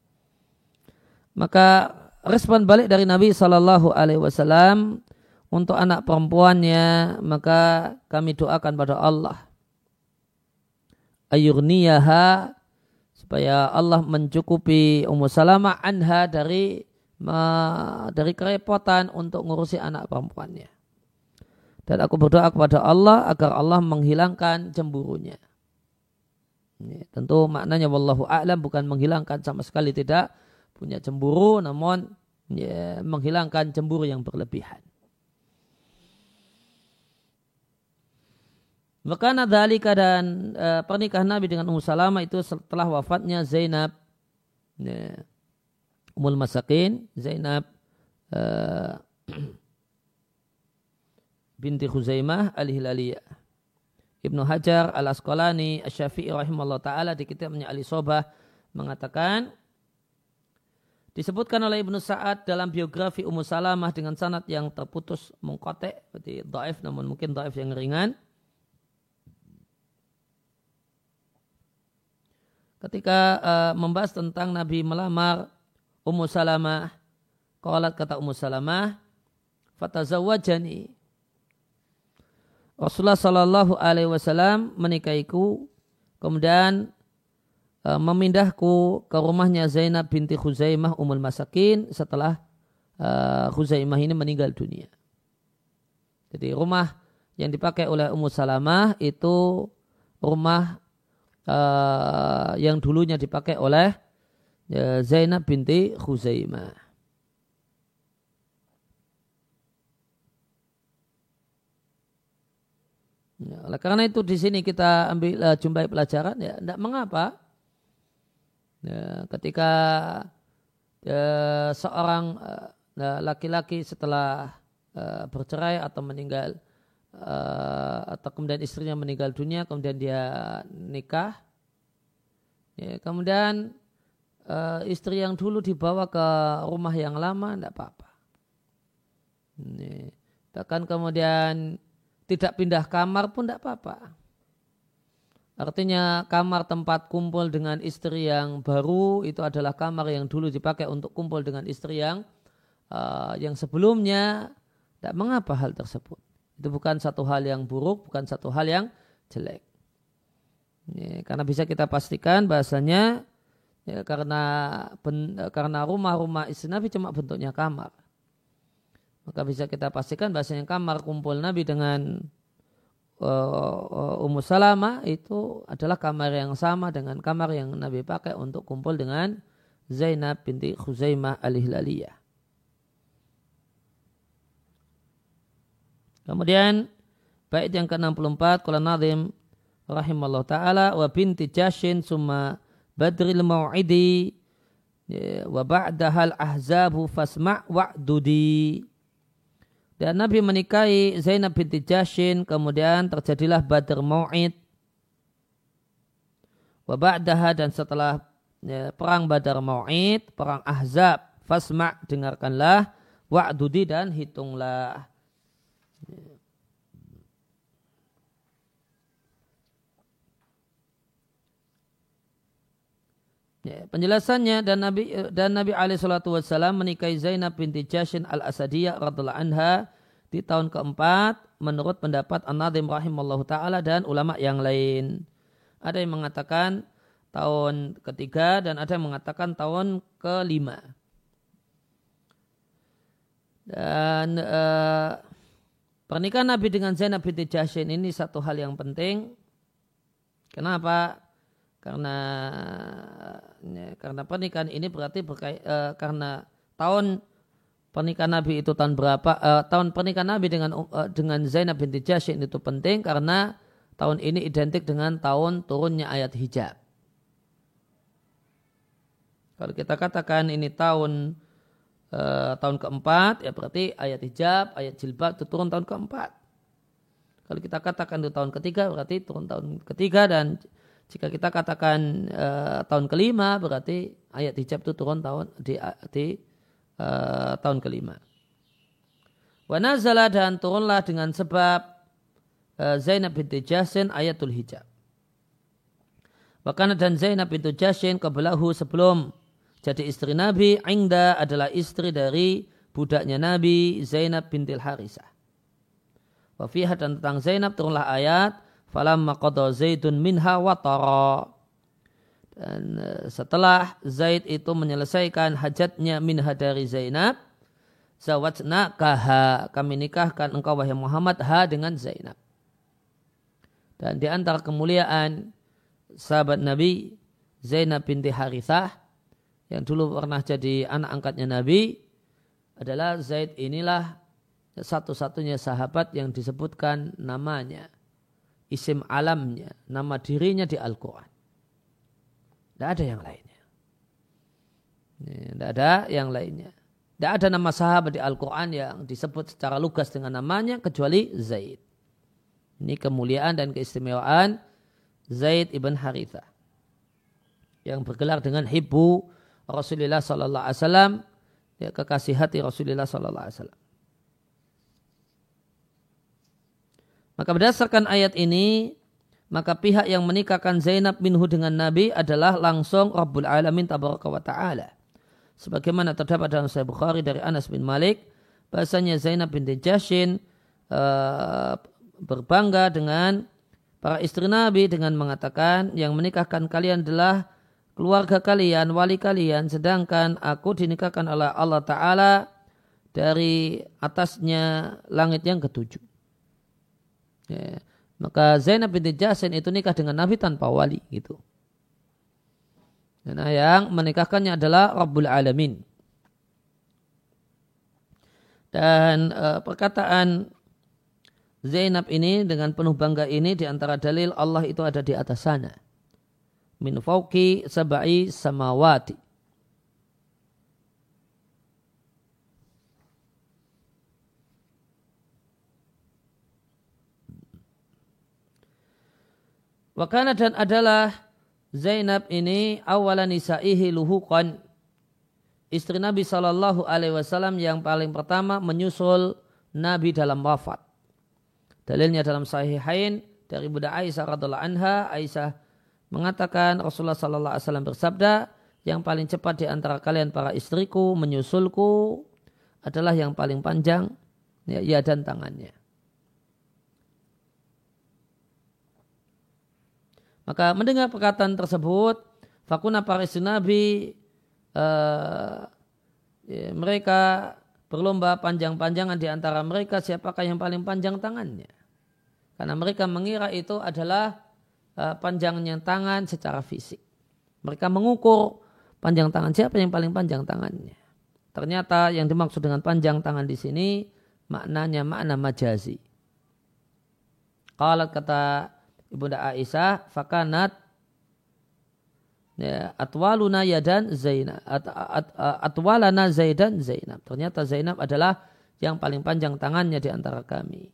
Maka respon balik dari Nabi Shallallahu Alaihi Wasallam untuk anak perempuannya, maka kami doakan pada Allah ayurniyaha, supaya Allah mencukupi Ummu Salamah anha dari dari kerepotan untuk ngurusi anak perempuannya. Dan aku berdoa kepada Allah agar Allah menghilangkan cemburunya. Ini, tentu maknanya wallahu a'lam, bukan menghilangkan sama sekali tidak punya cemburu, namun ya, menghilangkan cemburu yang berlebihan. Maka dzalika, dan e, pernikahan Nabi dengan Ummu Salamah itu setelah wafatnya Zainab, ya, Ummul Masakin, Zainab e, binti Khuzaimah al-Hilaliyah. Ibnu Hajar al-Asqalani asy-Syafi'i rahimahullah ta'ala di kitabnya Al-Isobah mengatakan, disebutkan oleh Ibnu Sa'ad dalam biografi Ummu Salamah dengan sanad yang terputus munqati', berarti dhaif, namun mungkin dhaif yang ringan. Ketika uh, membahas tentang Nabi melamar Ummu Salamah, qalat, kata Ummu Salamah, fatazawwajani, Rasulullah Shallallahu Alaihi Wasallam menikahiku, kemudian e, memindahku ke rumahnya Zainab binti Khuzaimah Ummul Masakin setelah e, Khuzaimah ini meninggal dunia. Jadi rumah yang dipakai oleh Ummu Salamah itu rumah e, yang dulunya dipakai oleh e, Zainab binti Khuzaimah. Ya, oleh karena itu di sini kita ambil uh, jumpai pelajaran, ya tidak mengapa ya, ketika uh, seorang uh, laki-laki setelah uh, bercerai atau meninggal uh, atau kemudian istrinya meninggal dunia, kemudian dia nikah, ya, kemudian uh, istri yang dulu dibawa ke rumah yang lama, tidak apa-apa. Ini, bahkan kemudian tidak pindah kamar pun tidak apa-apa. Artinya kamar tempat kumpul dengan istri yang baru itu adalah kamar yang dulu dipakai untuk kumpul dengan istri yang uh, yang sebelumnya. Tidak mengapa hal tersebut. Itu bukan satu hal yang buruk, bukan satu hal yang jelek. Ya, karena bisa kita pastikan bahasanya ya, karena ben, karena rumah-rumah istri Nabi cuma bentuknya kamar. Maka bisa kita pastikan bahasanya kamar kumpul Nabi dengan uh, Ummu Salamah itu adalah kamar yang sama dengan kamar yang Nabi pakai untuk kumpul dengan Zainab binti Khuzaimah al-Hilaliyah. Kemudian bait yang ke enam puluh empat, qala Nadhim rahimallahu taala wa binti Jashin summa Badril Mau'idi wa ba'dahal ahzabu fasma' wa'dudi. Dan Nabi menikahi Zainab binti Jashin, kemudian terjadilah Badr Mau'id. Wa ba'daha, dan setelah ya, perang Badar Mau'id, perang Ahzab, fasma' dengarkanlah, wa'dudi dan hitunglah. Ya, penjelasannya, dan Nabi dan Nabi alaihi salatu wasallam menikahi Zainab binti Jashin al-Asadiyah radhiyallahu anha di tahun keempat menurut pendapat An-Nadhim rahimallahu taala dan ulama yang lain. Ada yang mengatakan tahun ketiga dan ada yang mengatakan tahun kelima. Dan uh, pernikahan Nabi dengan Zainab binti Jashin ini satu hal yang penting. Kenapa? Karena ya, karena pernikahan ini berarti berkait, uh, karena tahun pernikahan Nabi itu tahun berapa? Uh, tahun pernikahan Nabi dengan uh, dengan Zainab binti Jashin itu penting karena tahun ini identik dengan tahun turunnya ayat hijab. Kalau kita katakan ini tahun uh, tahun keempat, ya berarti ayat hijab, ayat jilbab itu turun tahun keempat. Kalau kita katakan itu tahun ketiga, berarti turun tahun ketiga, dan jika kita katakan uh, tahun kelima, berarti ayat hijab itu turun tahun di, di uh, tahun kelima. Wa nazala, dan turunlah dengan sebab uh, Zainab binti Jashin ayatul hijab. Bahkan dan Zainab binti Jashin qablahu, sebelum jadi istri Nabi, Ingda adalah istri dari budaknya Nabi Zainab bintil Harisah. Wa fiha, dan tentang Zainab turunlah ayat falamma qada Zaidun minha watara. Dan setelah Zaid itu menyelesaikan hajatnya minha dari Zainab, zawajnakaha, kami nikahkan engkau wahai Muhammad ha dengan Zainab. Dan di antara kemuliaan sahabat Nabi Zainab binti Harithah yang dulu pernah jadi anak angkatnya Nabi adalah Zaid inilah satu-satunya sahabat yang disebutkan namanya, isim alamnya, nama dirinya di Al-Quran. Tidak ada yang lainnya. Tidak ada yang lainnya. Tidak ada nama sahabat di Al-Quran yang disebut secara lugas dengan namanya kecuali Zaid. Ini kemuliaan dan keistimewaan Zaid ibn Harithah yang bergelar dengan Hibbu Rasulullah sallallahu alaihi wasallam, ya, kekasih hati Rasulullah sallallahu alaihi wasallam. Maka berdasarkan ayat ini, maka pihak yang menikahkan Zainab minhu dengan Nabi adalah langsung Rabbul Alamin tabaraka wa ta'ala. Sebagaimana terdapat dalam Sahih Bukhari dari Anas bin Malik, bahasanya Zainab binti Jashin uh, berbangga dengan para istri Nabi dengan mengatakan, yang menikahkan kalian adalah keluarga kalian, wali kalian, sedangkan aku dinikahkan oleh Allah Ta'ala dari atasnya langit yang ketujuh. Ya, maka Zainab binti Jashin itu nikah dengan Nabi tanpa wali gitu. Dan yang menikahkannya adalah Rabbul Alamin. Dan e, perkataan Zainab ini dengan penuh bangga ini diantara dalil Allah itu ada di atas sana. Min fauqi sab'i samawati. Wakana, dan adalah Zainab ini awalan nisa'ihi luhuqan, istri Nabi sallallahu alaihi wasallam yang paling pertama menyusul Nabi dalam wafat. Dalilnya dalam Sahihain dari Bunda Aisyah radhiallahu anha, Aisyah mengatakan Rasulullah sallallahu alaihi wasallam bersabda, yang paling cepat di antara kalian para istriku menyusulku adalah yang paling panjang ya, ya dan tangannya. Maka mendengar perkataan tersebut, fakuna para istri Nabi, uh, ya, mereka berlomba panjang-panjangan di antara mereka siapakah yang paling panjang tangannya. Karena mereka mengira itu adalah uh, panjangnya tangan secara fisik. Mereka mengukur panjang tangan siapa yang paling panjang tangannya. Ternyata yang dimaksud dengan panjang tangan di sini maknanya makna majazi. Qalat, kata Ibunda Aisyah, fakanat ya, atwaluna yadan Zainab, at, at, at, atwalana Zaidan Zainab. Ternyata Zainab adalah yang paling panjang tangannya di antara kami.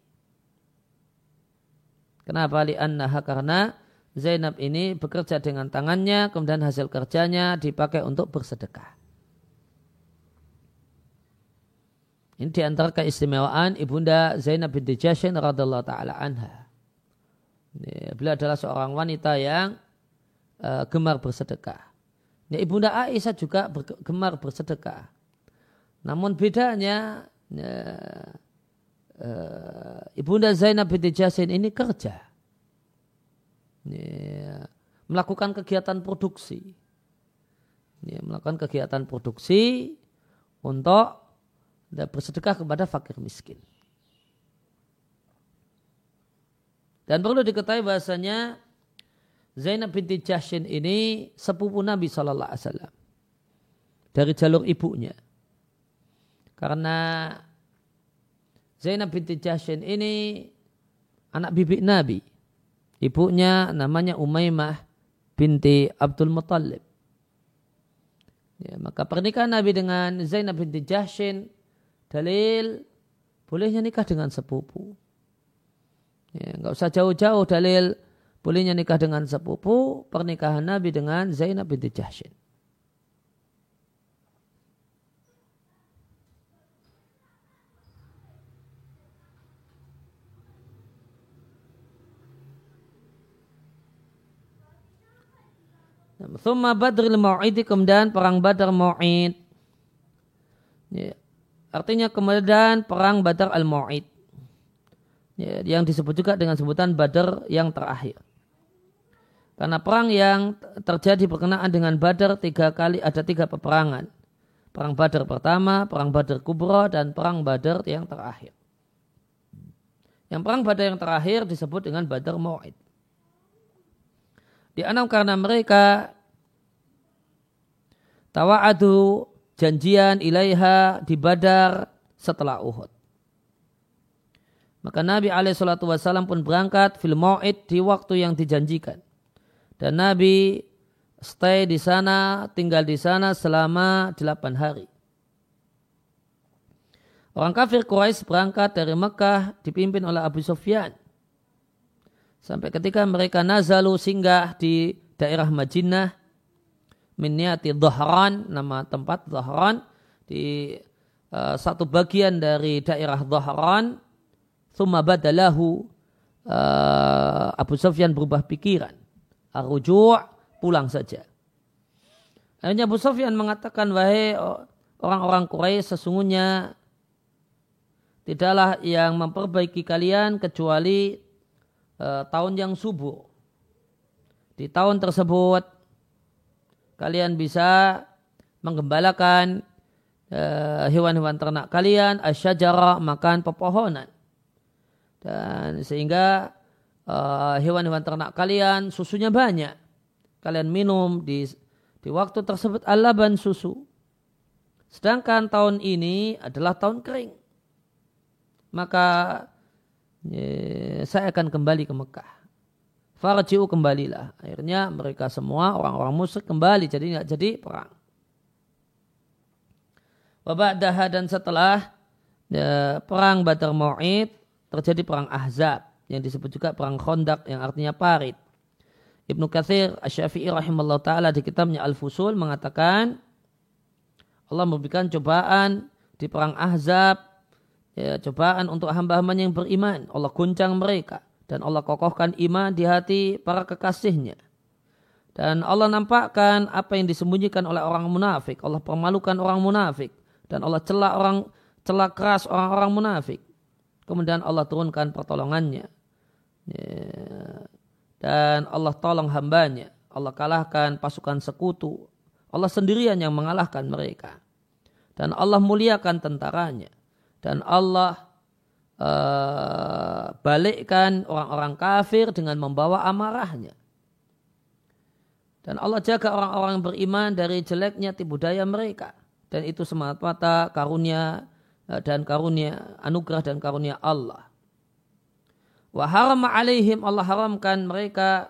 Kenapa? Li'annaha, karena Zainab ini bekerja dengan tangannya, kemudian hasil kerjanya dipakai untuk bersedekah. Ini di antara keistimewaan Ibunda Zainab binti Jahsy radhiyallahu taala anha. Beliau adalah seorang wanita yang uh, gemar bersedekah. Ya, Ibunda Aisyah juga ber, gemar bersedekah. Namun bedanya ya, uh, Ibunda Zainab binti Jahsy ini kerja. Ya, melakukan kegiatan produksi. Ya, melakukan kegiatan produksi untuk ya, bersedekah kepada fakir miskin. Dan perlu diketahui bahasanya Zainab binti Jahsy ini sepupu Nabi shallallahu alaihi wasallam dari jalur ibunya. Karena Zainab binti Jahsy ini anak bibi Nabi. Ibunya namanya Umaymah binti Abdul Muttalib. Ya, maka pernikahan Nabi dengan Zainab binti Jahsy dalil bolehnya nikah dengan sepupu. Ya, enggak usah jauh-jauh dalil bolehnya nikah dengan sepupu, pernikahan Nabi dengan Zainab binti Jahsy. Thumma badril mau'id, kemudian perang Badar Mau'id. Ya, artinya kemudian perang Badar al-Mau'id. Ya, yang disebut juga dengan sebutan Badar yang terakhir. Karena perang yang terjadi berkenaan dengan Badar tiga kali, ada tiga peperangan. Perang Badar pertama, perang Badar Kubra, dan perang Badar yang terakhir. Yang perang Badar yang terakhir disebut dengan Badar Mau'id. Di enam karena mereka tawa'adu janjian ilaiha di Badar setelah Uhud. Maka Nabi alaihi salatu wasallam pun berangkat fil mau'id di waktu yang dijanjikan. Dan Nabi stay di sana, tinggal di sana selama delapan hari. Orang kafir Quraisy berangkat dari Mekah dipimpin oleh Abu Sufyan. Sampai ketika mereka nazalu singgah di daerah Madinah, min niyati Dhahran, nama tempat Dhahran, di uh, satu bagian dari daerah Dhahran. Tsumma badalahu, uh, Abu Sufyan berubah pikiran. Ar-ruju' pulang saja. Akhirnya Abu Sufyan mengatakan, wahai orang-orang Quraisy, sesungguhnya tidaklah yang memperbaiki kalian kecuali uh, tahun yang subur. Di tahun tersebut kalian bisa menggembalakan uh, hewan-hewan ternak kalian, asyajara, makan pepohonan. Dan sehingga uh, hewan-hewan ternak kalian susunya banyak. Kalian minum di di waktu tersebut al-laban, susu. Sedangkan tahun ini adalah tahun kering. Maka ya, saya akan kembali ke Mekah. Farji'u, kembalilah. Akhirnya mereka semua orang-orang musyrik kembali, jadi tidak jadi perang. Wa ba'daha, dan setelah ya, perang Badar Mau'id terjadi perang Ahzab yang disebut juga perang Khandaq yang artinya parit. Ibnu Katsir Asy-Syafi'i rahimallahu taala di kitabnya Al-Fusul mengatakan Allah memberikan cobaan di perang Ahzab, ya, cobaan untuk hamba-hambanya yang beriman. Allah guncang mereka dan Allah kokohkan iman di hati para kekasihnya. Dan Allah nampakkan apa yang disembunyikan oleh orang munafik. Allah permalukan orang munafik dan Allah celak orang celak keras orang-orang munafik. Kemudian Allah turunkan pertolongannya. Dan Allah tolong hambanya. Allah kalahkan pasukan sekutu. Allah sendirian yang mengalahkan mereka. Dan Allah muliakan tentaranya. Dan Allah uh, balikkan orang-orang kafir dengan membawa amarahnya. Dan Allah jaga orang-orang beriman dari jeleknya tipu daya mereka. Dan itu semata-mata karunia dan karunia, anugerah dan karunia Allah. Wa harama alaihim, Allah haramkan mereka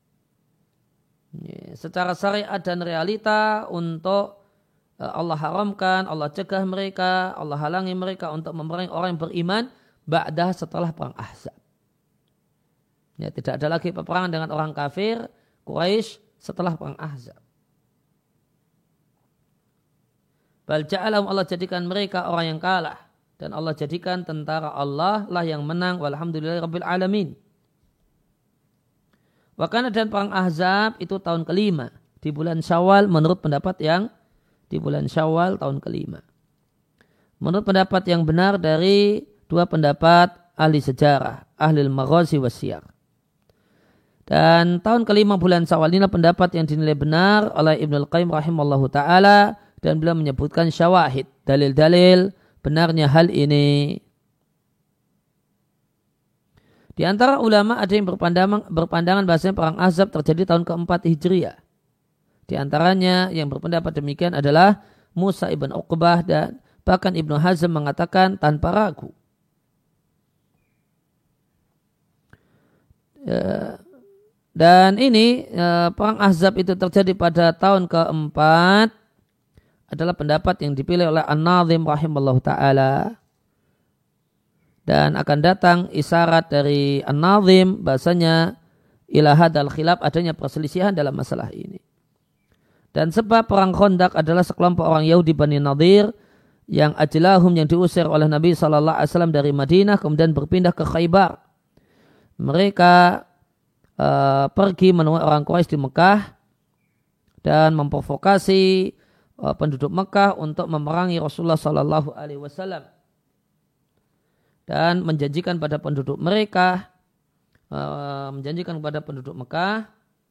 secara syariat dan realita untuk Allah haramkan, Allah cegah mereka, Allah halangi mereka untuk memerangi orang yang beriman ba'dah setelah perang Ahzab. Ya, tidak ada lagi peperangan dengan orang kafir Quraisy setelah perang Ahzab. Bal ja'alahum, Allah jadikan mereka orang yang kalah, dan Allah jadikan tentara Allah lah yang menang, walhamdulillahi rabbil alamin. Wakana, dan perang Ahzab itu tahun kelima di bulan Syawal menurut pendapat yang di bulan Syawal tahun kelima. Menurut pendapat yang benar dari dua pendapat ahli sejarah, ahli al-maghazi wasyiyar. Dan tahun kelima bulan Syawal ini pendapat yang dinilai benar oleh Ibnul Qayyim rahimallahu taala, dan beliau menyebutkan syawahid, dalil-dalil benarnya hal ini. Di antara ulama ada yang berpandangan, berpandangan bahasanya perang Ahzab terjadi tahun keempat Hijriah. Di antaranya yang berpendapat demikian adalah Musa ibn Uqbah, dan bahkan Ibnu Hazm mengatakan tanpa ragu. Dan ini perang Ahzab itu terjadi pada tahun keempat adalah pendapat yang dipilih oleh An-Nazim rahimallahu ta'ala. Dan akan datang isyarat dari An-Nazim bahasanya ila hadal khilaf, adanya perselisihan dalam masalah ini. Dan sebab perang Khandaq adalah sekelompok orang Yahudi Bani Nadir yang ajlahum, yang diusir oleh Nabi shallallahu alaihi wasallam dari Madinah kemudian berpindah ke Khaybar. Mereka uh, pergi menemui orang Quraisy di Mekah dan memprovokasi uh, penduduk Mekah untuk memerangi Rasulullah shallallahu alaihi wasallam dan menjanjikan pada penduduk mereka, uh, menjanjikan kepada penduduk Mekah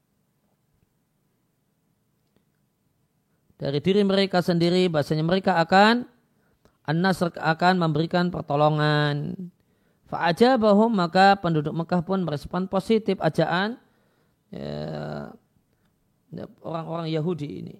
dari diri mereka sendiri bahasanya mereka akan An-Nasr, akan memberikan pertolongan. Fa'ajabahum, maka penduduk Mekah pun merespon positif ajaan ya, orang-orang Yahudi ini.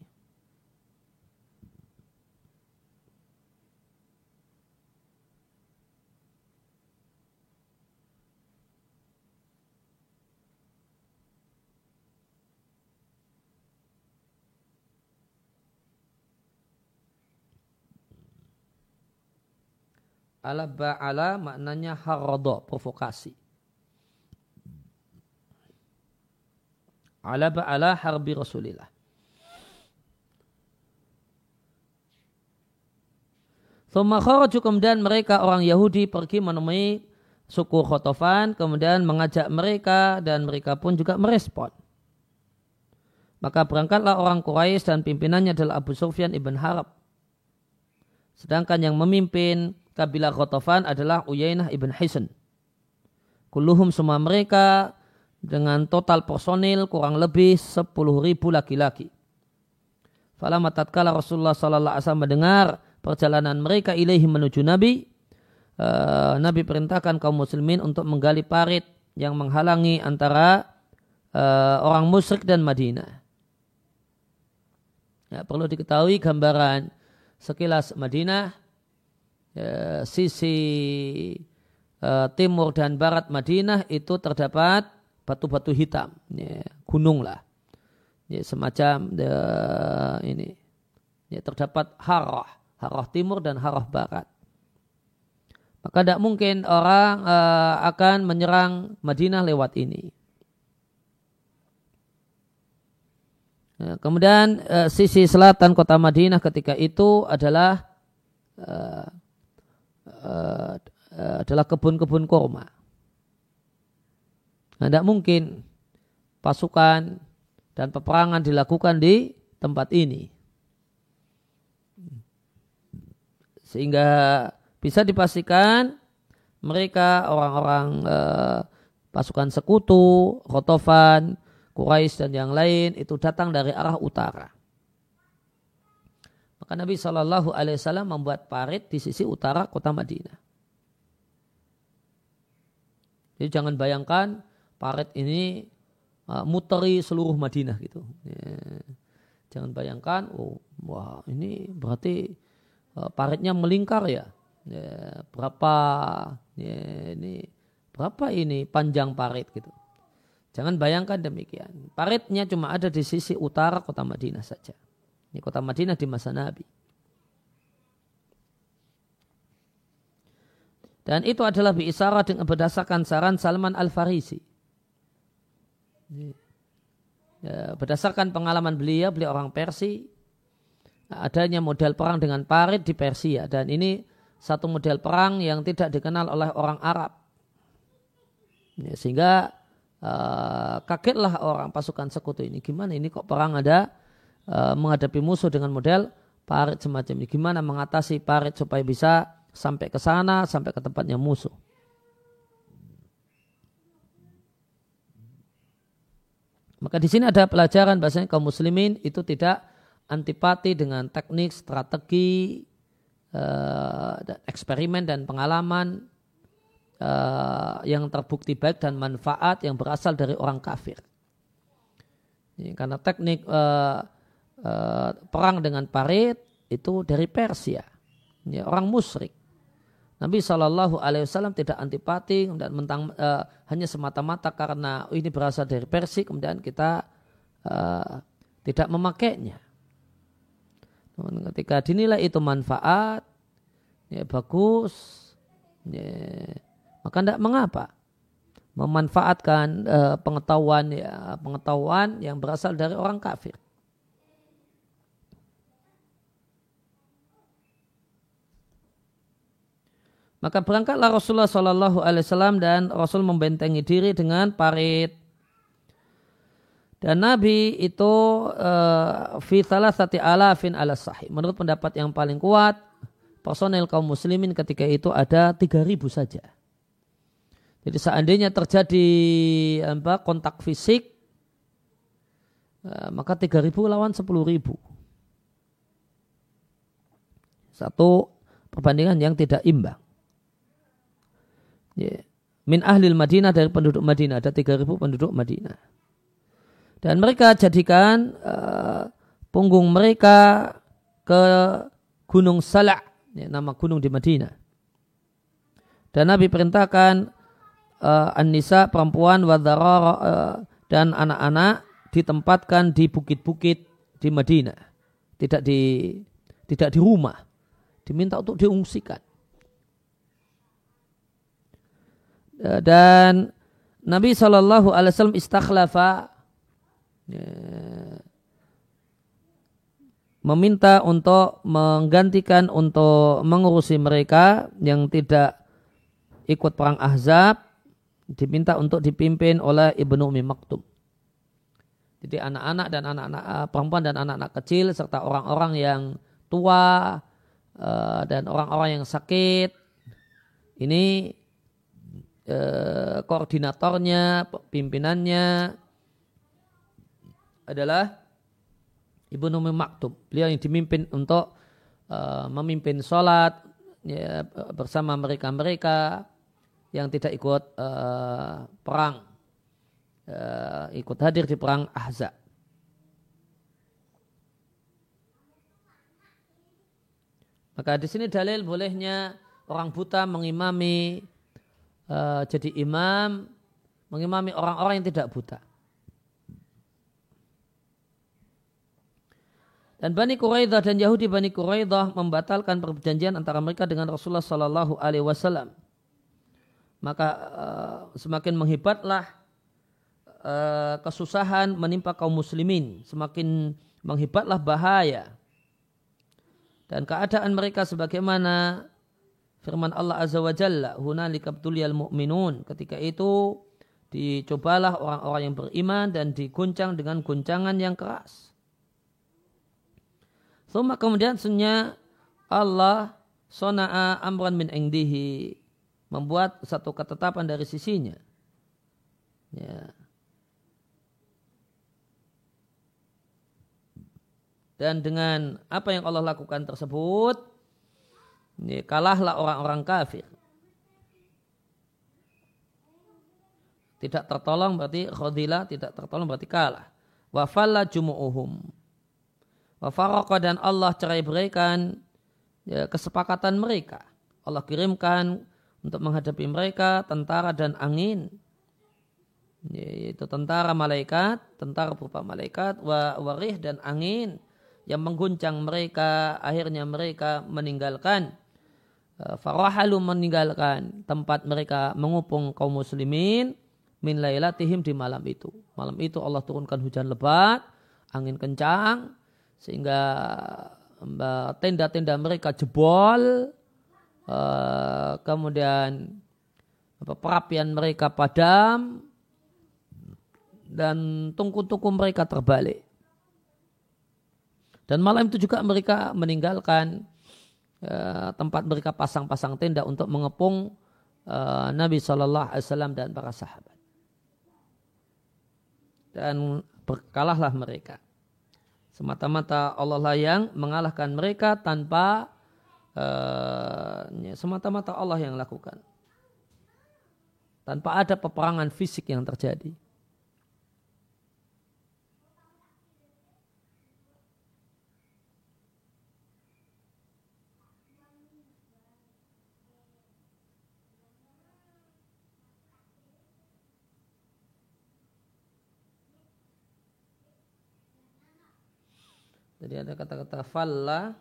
Ala ba'ala maknanya harada, provokasi. Ala ba'ala harbi Rasulillah. Thumma kharaju, kemudian mereka orang Yahudi pergi menemui suku Ghatafan, kemudian mengajak mereka dan mereka pun juga merespon. Maka berangkatlah orang Quraisy dan pimpinannya adalah Abu Sufyan ibn Harb. Sedangkan yang memimpin kabilah Ghatafan adalah Uyainah ibn Hisn. Kulluhum, semua mereka dengan total personil kurang lebih sepuluh ribu laki-laki. Falamma tatkala Rasulullah sallallahu alaihi wasallam mendengar perjalanan mereka ilaihi menuju Nabi, uh, Nabi perintahkan kaum muslimin untuk menggali parit yang menghalangi antara uh, orang musyrik dan Madinah. Ya, perlu diketahui gambaran sekilas Madinah. Ya, sisi uh, timur dan barat Madinah itu terdapat batu-batu hitam, ya, gunung lah, ya, semacam uh, ini, ya, terdapat harah, harah timur dan harah barat. Maka tidak mungkin orang uh, akan menyerang Madinah lewat ini. Ya, kemudian uh, sisi selatan kota Madinah ketika itu adalah uh, Uh, uh, adalah kebun-kebun kurma. Nah, tidak mungkin pasukan dan peperangan dilakukan di tempat ini. Sehingga bisa dipastikan mereka orang-orang uh, pasukan sekutu, Ghatafan, Quraisy dan yang lain itu datang dari arah utara. Maka Nabi shallallahu alaihi wasallam membuat parit di sisi utara kota Madinah. Jadi jangan bayangkan parit ini uh, muteri seluruh Madinah gitu. Ya. Jangan bayangkan, oh, wah ini berarti uh, paritnya melingkar ya. Ya berapa? Ya, ini berapa ini panjang parit gitu. Jangan bayangkan demikian. Paritnya cuma ada di sisi utara kota Madinah saja. Ini kota Madinah di masa Nabi. Dan itu adalah biisara dengan berdasarkan saran Salman Al-Farisi. Ya, berdasarkan pengalaman beliau, beliau orang Persia, adanya model perang dengan parit di Persia. Dan ini satu model perang yang tidak dikenal oleh orang Arab. Ya, sehingga uh, kagetlah orang pasukan sekutu ini. Gimana ini kok perang ada uh, menghadapi musuh dengan model parit semacam ini. Gimana mengatasi parit supaya bisa sampai ke sana, sampai ke tempatnya musuh. Maka di sini ada pelajaran bahasanya kaum muslimin itu tidak antipati dengan teknik, strategi, uh, eksperimen dan pengalaman uh, yang terbukti baik dan manfaat yang berasal dari orang kafir. Ini karena teknik uh, uh, perang dengan parit itu dari Persia, ya, orang musyrik. Nabi shallallahu alaihi wasallam tidak antipati dan mentang, uh, hanya semata-mata karena oh, ini berasal dari Persia kemudian kita uh, tidak memakainya. Namun ketika dinilai itu manfaat, ya bagus, ya, maka tidak mengapa memanfaatkan uh, pengetahuan ya pengetahuan yang berasal dari orang kafir. Maka berangkatlah Rasulullah shallallahu alaihi wasallam dan Rasul membentengi diri dengan parit. Dan Nabi itu fi thalathati alafin ala sahih. Menurut pendapat yang paling kuat, personel kaum muslimin ketika itu ada tiga ribu saja. Jadi seandainya terjadi apa, kontak fisik, maka tiga ribu lawan sepuluh ribu. Satu perbandingan yang tidak imbang. Yeah. Min ahlil Madinah, dari penduduk Madinah, ada tiga ribu penduduk Madinah. Dan mereka jadikan uh, punggung mereka ke Gunung Sala', ya, nama gunung di Madinah. Dan Nabi perintahkan uh, an-nisa, perempuan, wadharar, uh, dan anak-anak ditempatkan di bukit-bukit di Madinah. Tidak di tidak di rumah. Diminta untuk diungsikan. Dan Nabi shallallahu alaihi wasallam istakhlafa, ya, meminta untuk menggantikan untuk mengurusi mereka yang tidak ikut perang Ahzab, diminta untuk dipimpin oleh Ibnu Ummi Maktum. Jadi anak-anak dan anak-anak perempuan dan anak-anak kecil serta orang-orang yang tua dan orang-orang yang sakit ini Eh, koordinatornya, pimpinannya adalah Ibnu Ummi Maktum. Beliau yang dimimpin untuk uh, memimpin sholat ya, bersama mereka-mereka yang tidak ikut uh, perang, uh, ikut hadir di perang Ahzab. Maka di sini dalil bolehnya orang buta mengimami, Uh, jadi imam, mengimami orang-orang yang tidak buta. Dan Bani Quraidah dan Yahudi Bani Quraidah membatalkan perjanjian antara mereka dengan Rasulullah Sallallahu Alaihi Wasallam. Maka uh, semakin menghebatlah uh, kesusahan menimpa kaum muslimin, semakin menghebatlah bahaya. Dan keadaan mereka sebagaimana firman Allah Azza wa Jalla, hunalika ibtuliyal mu'minun. Ketika itu dicobalah orang-orang yang beriman dan diguncang dengan guncangan yang keras. Suma kemudian sunnah Allah sona'a amran min indihi, membuat satu ketetapan dari sisinya. Ya. Dan dengan apa yang Allah lakukan tersebut, ini kalahlah orang-orang kafir. Tidak tertolong berarti khadila, tidak tertolong berarti kalah. Wa falla jumu'uhum. Wa faraqa, dan Allah cerai beraikan ya, kesepakatan mereka. Allah kirimkan untuk menghadapi mereka tentara dan angin, yaitu tentara malaikat, tentara berupa malaikat, wa warih dan angin yang mengguncang mereka. Akhirnya mereka meninggalkan, farahalu meninggalkan tempat mereka mengupung kaum muslimin min lailatihim di malam itu. Malam itu Allah turunkan hujan lebat, angin kencang, sehingga tenda-tenda mereka jebol. Uh, kemudian apa, perapian mereka padam dan tungku-tungku mereka terbalik. Dan malam itu juga mereka meninggalkan uh, tempat mereka pasang-pasang tenda untuk mengepung uh, Nabi shallallahu alaihi wasallam dan para sahabat. Dan berkalahlah mereka. Semata-mata Allah lah yang mengalahkan mereka tanpa Uh, semata-mata Allah yang lakukan, tanpa ada peperangan fisik yang terjadi. Jadi ada kata-kata falla.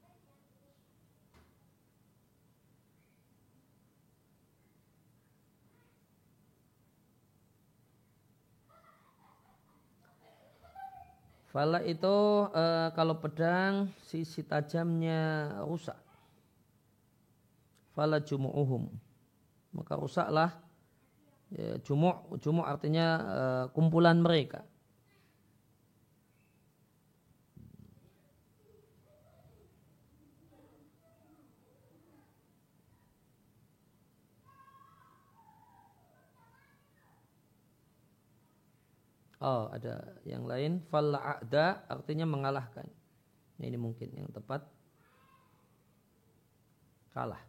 Fala itu e, kalau pedang sisi tajamnya rusak. Fala jumu'uhum. Maka rusaklah ya, jumu' jumu' artinya e, kumpulan mereka. Oh, ada yang lain. Falla a'da artinya mengalahkan. Nah, ini mungkin yang tepat. Kalah.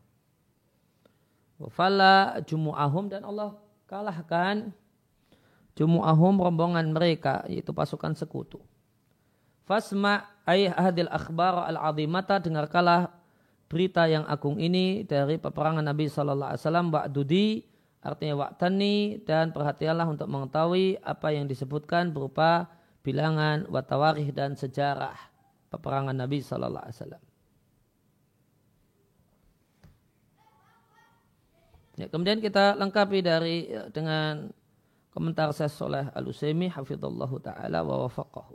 Falla jumu'ahum, dan Allah kalahkan jumu'ahum, rombongan mereka, yaitu pasukan sekutu. Fasma ay hadil akhbar al-azimata, dengarkanlah berita yang agung ini dari peperangan Nabi sallallahu alaihi wasallam. Wa'dudi artinya wa'tani, dan perhatianlah untuk mengetahui apa yang disebutkan berupa bilangan, watawarih, dan sejarah peperangan Nabi sallallahu alaihi wasallam. Ya, kemudian kita lengkapi dari dengan komentar Syekh Shalih Al-Utsaimin hafizallahu taala wa wafaqahu.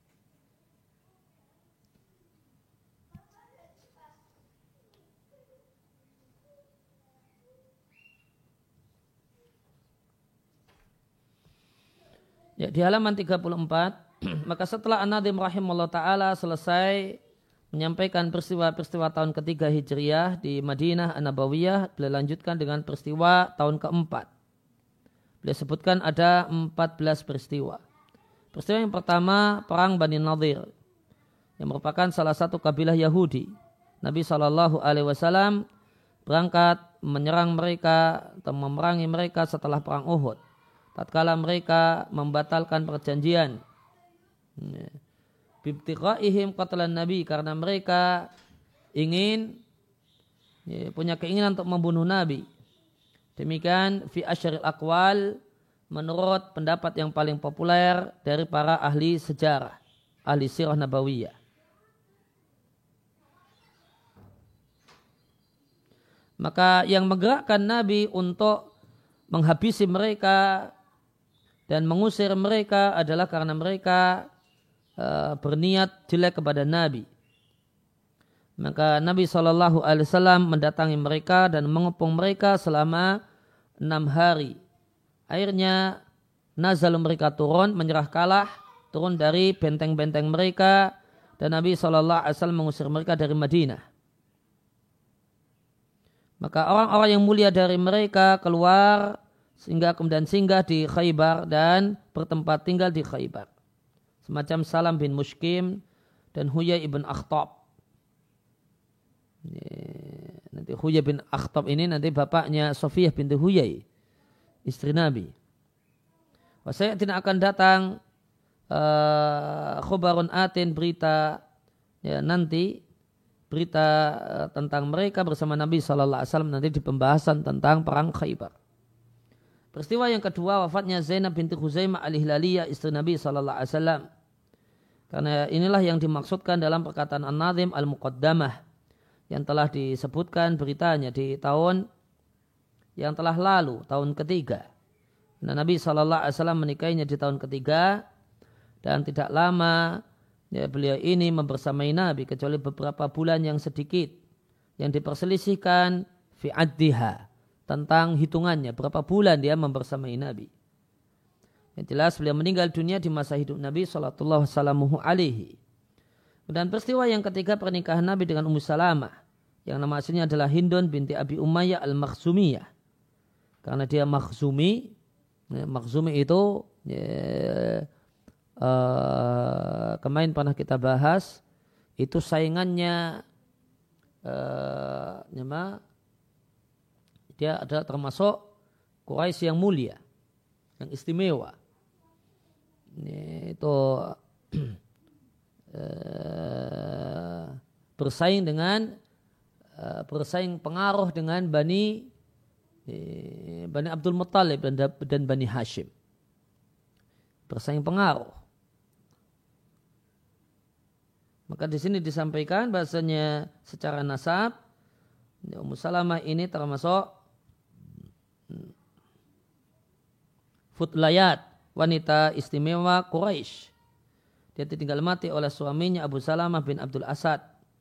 Ya, di halaman tiga puluh empat, maka setelah An-Nadhim rahimahullah ta'ala selesai menyampaikan peristiwa-peristiwa tahun ketiga Hijriyah di Madinah An-Nabawiyah, beliau lanjutkan dengan peristiwa tahun keempat. Beliau sebutkan ada empat belas peristiwa. Peristiwa yang pertama, Perang Bani Nadir, yang merupakan salah satu kabilah Yahudi. Nabi shallallahu alaihi wasallam berangkat menyerang mereka atau memerangi mereka setelah Perang Uhud. Tatkala mereka membatalkan perjanjian, bibtiqaihim qatlan Nabi, karena mereka ingin ya, punya keinginan untuk membunuh Nabi. Demikian fi asyaril aqwal, menurut pendapat yang paling populer dari para ahli sejarah, ahli sirah nabawiyah. Maka yang menggerakkan Nabi untuk menghabisi mereka dan mengusir mereka adalah karena mereka uh, berniat jelek kepada Nabi. Maka Nabi shallallahu alaihi wasallam mendatangi mereka dan mengepung mereka selama enam hari. Akhirnya nazal mereka turun, menyerah kalah, turun dari benteng-benteng mereka, dan Nabi shallallahu alaihi wasallam mengusir mereka dari Madinah. Maka orang-orang yang mulia dari mereka keluar sehingga kemudian singgah di Khaybar dan bertempat tinggal di Khaybar. Semacam Salam bin Mushkim dan Huyai ibn Akhtab. Nanti Huyai bin Akhtab ini nanti bapaknya Sofiyah binti Huyai, istri Nabi. Saya tidak akan datang uh, khobarun atin, berita ya, nanti berita tentang mereka bersama Nabi Sallallahu Alaihi Wasallam nanti di pembahasan tentang perang Khaybar. Peristiwa yang kedua, wafatnya Zainab binti Khuzaimah al-Hilaliyah, istri Nabi Sallallahu Alaihi Wasallam. Karena inilah yang dimaksudkan dalam perkataan An-Nazim Al-Muqaddamah yang telah disebutkan beritanya di tahun yang telah lalu, tahun ketiga. Nah, Nabi Sallallahu Alaihi Wasallam menikahinya di tahun ketiga dan tidak lama ya, beliau ini membersamai Nabi kecuali beberapa bulan yang sedikit yang diperselisihkan fi addiha tentang hitungannya berapa bulan dia membersamai Nabi. Yang jelas beliau meninggal dunia di masa hidup Nabi sallallahu alaihi. Dan peristiwa yang ketiga, pernikahan Nabi dengan Ummu Salamah yang nama aslinya adalah Hindun binti Abi Umayyah al-Makhzumiyah. Karena dia Makhzumi, ya, Makhzumi itu ya, uh, kemarin pernah kita bahas, itu saingannya uh, nama, dia adalah termasuk Quraisy yang mulia, yang istimewa. Ini itu uh, bersaing dengan uh, bersaing pengaruh dengan Bani uh, Bani Abdul Muttalib dan, dan Bani Hashim. Bersaing pengaruh. Maka di sini disampaikan bahasanya secara nasab Ummu Salamah ini termasuk Futlayat, wanita istimewa Quraisy. Dia ditinggal mati oleh suaminya Abu Salamah bin Abdul Asad.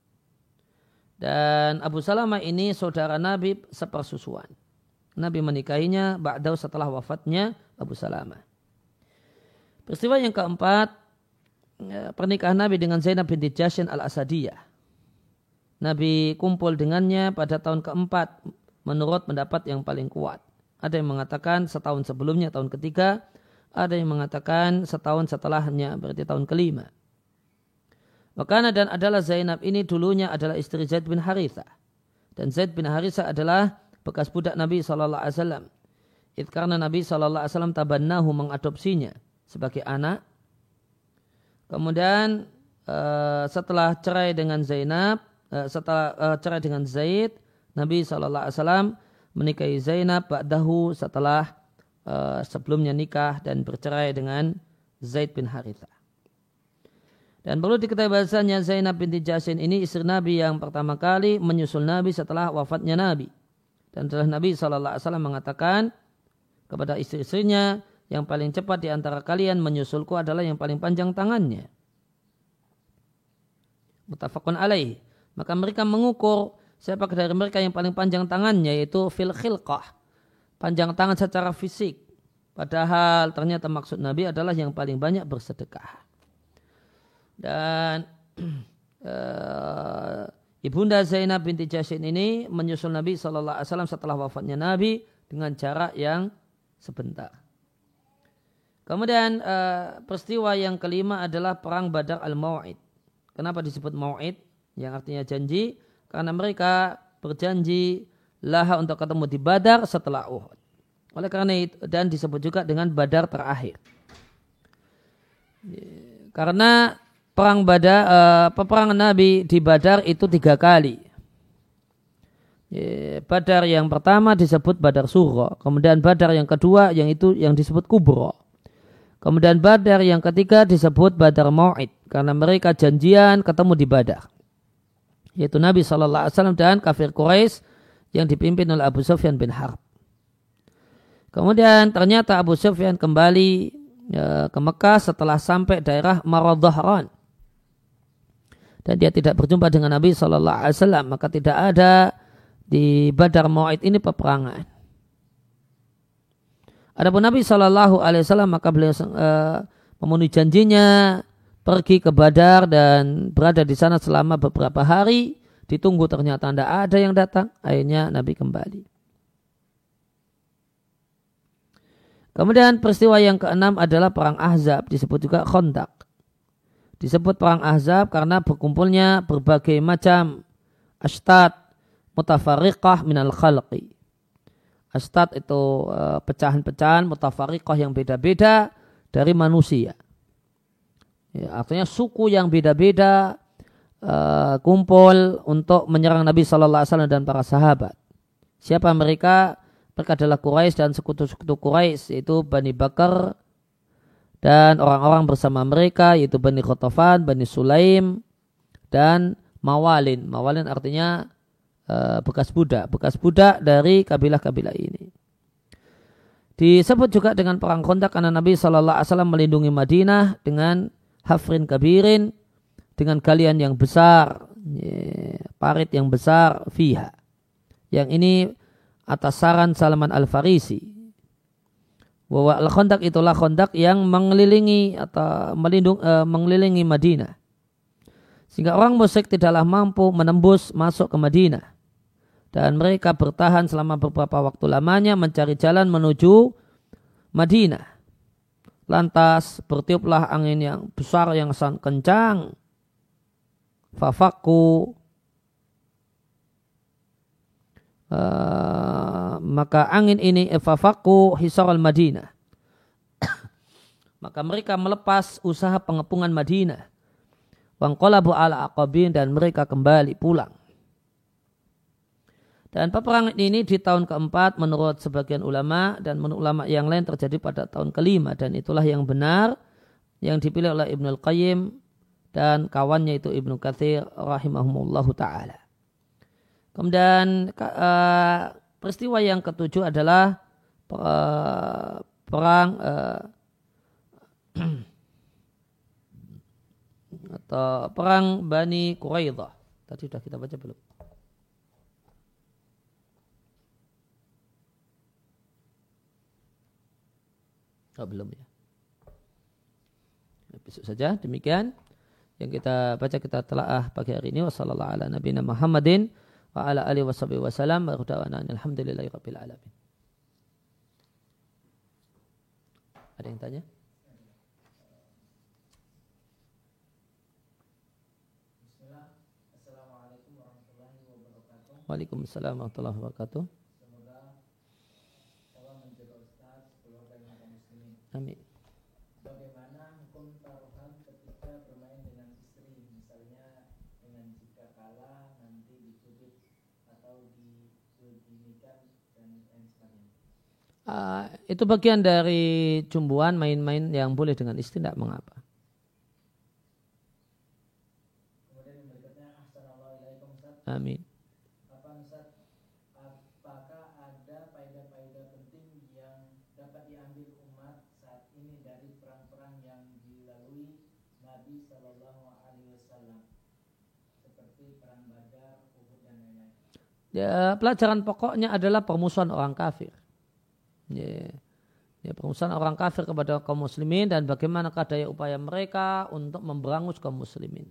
Dan Abu Salamah ini saudara Nabi sepersusuan. Nabi menikahinya ba'dahu setelah wafatnya Abu Salamah. Peristiwa yang keempat, pernikahan Nabi dengan Zainab binti Jashin al-Asadiyah. Nabi kumpul dengannya pada tahun keempat menurut pendapat yang paling kuat. Ada yang mengatakan setahun sebelumnya, tahun ketiga. Ada yang mengatakan setahun setelahnya, berarti tahun kelima. Makana dan adalah Zainab ini dulunya adalah istri Zaid bin Harithah. Dan Zaid bin Harithah adalah bekas budak Nabi shallallahu alaihi wasallam. Itu karena Nabi shallallahu alaihi wasallam tabannahu, mengadopsinya sebagai anak. Kemudian uh, setelah cerai dengan Zainab, uh, setelah uh, cerai dengan Zaid, Nabi shallallahu alaihi wasallam menikahi Zainab ba'dahu setelah uh, sebelumnya nikah dan bercerai dengan Zaid bin Harithah. Dan perlu diketahui bahasanya Zainab binti Jashin ini istri Nabi yang pertama kali menyusul Nabi setelah wafatnya Nabi. Dan telah Nabi shallallahu alaihi wasallam mengatakan kepada istri-istrinya, yang paling cepat di antara kalian menyusulku adalah yang paling panjang tangannya. Muttafaqun alaih. Maka mereka mengukur siapa dari mereka yang paling panjang tangannya, yaitu fil khilqah, panjang tangan secara fisik. Padahal ternyata maksud Nabi adalah yang paling banyak bersedekah. Dan uh, ibunda Zainab binti Jashin ini menyusul Nabi shallallahu alaihi wasallam setelah wafatnya Nabi dengan jarak yang sebentar. Kemudian uh, peristiwa yang kelima adalah perang Badar al-Mau'id. Kenapa disebut Mau'id? Yang artinya janji. Karena mereka berjanji laha untuk ketemu di Badar setelah Uhud. Oleh karena itu, dan disebut juga dengan Badar terakhir. Karena perang Badar, uh, peperangan Nabi di Badar itu tiga kali. Badar yang pertama disebut Badar Sughra. Kemudian Badar yang kedua yang itu yang disebut Kubra. Kemudian Badar yang ketiga disebut Badar Mau'id. Karena mereka janjian ketemu di Badar. Yaitu Nabi shallallahu alaihi wasallam dan kafir Quraisy yang dipimpin oleh Abu Sufyan bin Harb. Kemudian ternyata Abu Sufyan kembali ya, ke Mekah setelah sampai daerah Maradhahran. Dan dia tidak berjumpa dengan Nabi shallallahu alaihi wasallam. Maka tidak ada di Badar Mau'id ini peperangan. Adapun Nabi shallallahu alaihi wasallam maka beliau uh, memenuhi janjinya, pergi ke Badar dan berada di sana selama beberapa hari. Ditunggu ternyata tidak ada yang datang. Akhirnya Nabi kembali. Kemudian peristiwa yang keenam adalah perang Ahzab. Disebut juga Khandaq. Disebut perang Ahzab karena berkumpulnya berbagai macam ashtad mutafariqah minal khalqi. Ashtad itu uh, pecahan-pecahan mutafariqah yang beda-beda dari manusia. Ya, artinya suku yang beda-beda uh, kumpul untuk menyerang Nabi Shallallahu Alaihi Wasallam dan para sahabat. Siapa mereka? Mereka adalah Quraisy dan sekutu-sekutu Quraisy, yaitu Bani Bakar dan orang-orang bersama mereka, yaitu Bani Ghatafan, Bani Sulaim, dan Mawalin. Mawalin artinya uh, bekas budak, bekas budak dari kabilah-kabilah ini. Disebut juga dengan perang Khandaq karena Nabi Shallallahu Alaihi Wasallam melindungi Madinah dengan hafrin kabirin, dengan galian yang besar, parit yang besar, fiha. Yang ini atas saran Salman Al-Farisi. Bahwa Al-Khandaq itulah Khandaq yang mengelilingi atau melindung, uh, mengelilingi Madinah. Sehingga orang musyrik tidaklah mampu menembus masuk ke Madinah. Dan mereka bertahan selama beberapa waktu lamanya mencari jalan menuju Madinah. Lantas bertiuplah angin yang besar yang sangat kencang. Fafaku. Uh, maka angin ini fafaku hisar al-Madinah. Maka mereka melepas usaha pengepungan Madinah. Wangqalabu ala aqabin dan mereka kembali pulang. Dan peperangan ini di tahun keempat menurut sebagian ulama dan menurut ulama yang lain terjadi pada tahun kelima. Dan itulah yang benar yang dipilih oleh Ibnul Qayyim dan kawannya itu Ibnu Katsir rahimahumullahu ta'ala. Kemudian uh, peristiwa yang ketujuh adalah uh, perang uh, atau perang Bani Quraidah. Tadi sudah kita baca belum? Oh, belum ya. Besok saja demikian yang kita baca, kita telaah pagi hari ini. Wassallallahu ala nabiyina Muhammadin wa ala alihi washabihi wasallam. Wa qadawana alhamdulillahi rabbil alamin. Ada yang tanya? Bismillah. Assalamualaikum warahmatullahi wabarakatuh. Waalaikumsalam warahmatullahi wabarakatuh. Semoga Allah menjaga Ustaz, keluarga dan kaum muslimin. Amin. Bagaimana hukum taruhan ketika bermain dengan istri, misalnya dengan jika kalah nanti dicubit atau dizolimikan dan lain sebagainya? Uh, itu bagian dari cumbuan, main-main yang boleh dengan istri, tidak mengapa. Kemudian yang berikutnya, Ahsanallahu ilaikum Ustaz. Amin. Apa Ustaz, apakah ada faedah-faedah penting yang dapat diambil umat saat ini dari perang-perang yang dilalui Nabi Shallallahu Alaihi Wasallam seperti perang Badar, Uhud dan lain-lain? Ya, pelajaran pokoknya adalah permusuhan orang kafir. Ya, ya, permusuhan orang kafir kepada kaum muslimin dan bagaimanakah daya upaya mereka untuk memberangus kaum muslimin.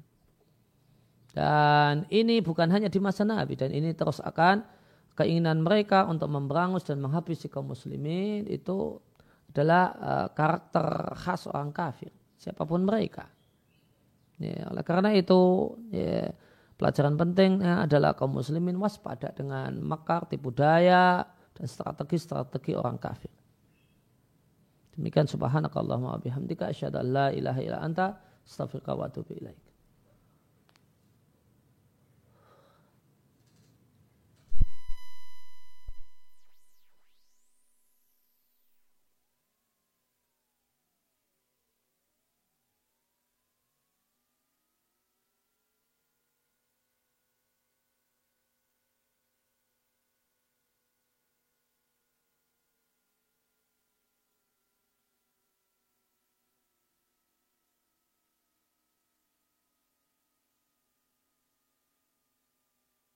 Dan ini bukan hanya di masa Nabi, dan ini terus akan keinginan mereka untuk memberangus dan menghabisi kaum muslimin itu adalah uh, karakter khas orang kafir, siapapun mereka. Ya, oleh karena itu ya, pelajaran pentingnya adalah kaum muslimin waspada dengan makar, tipu daya, dan strategi-strategi orang kafir. Demikian subhanakallahumma wa bihamdika asyhadu an la ilaha illa anta astaghfiruka wa atubu ilaik.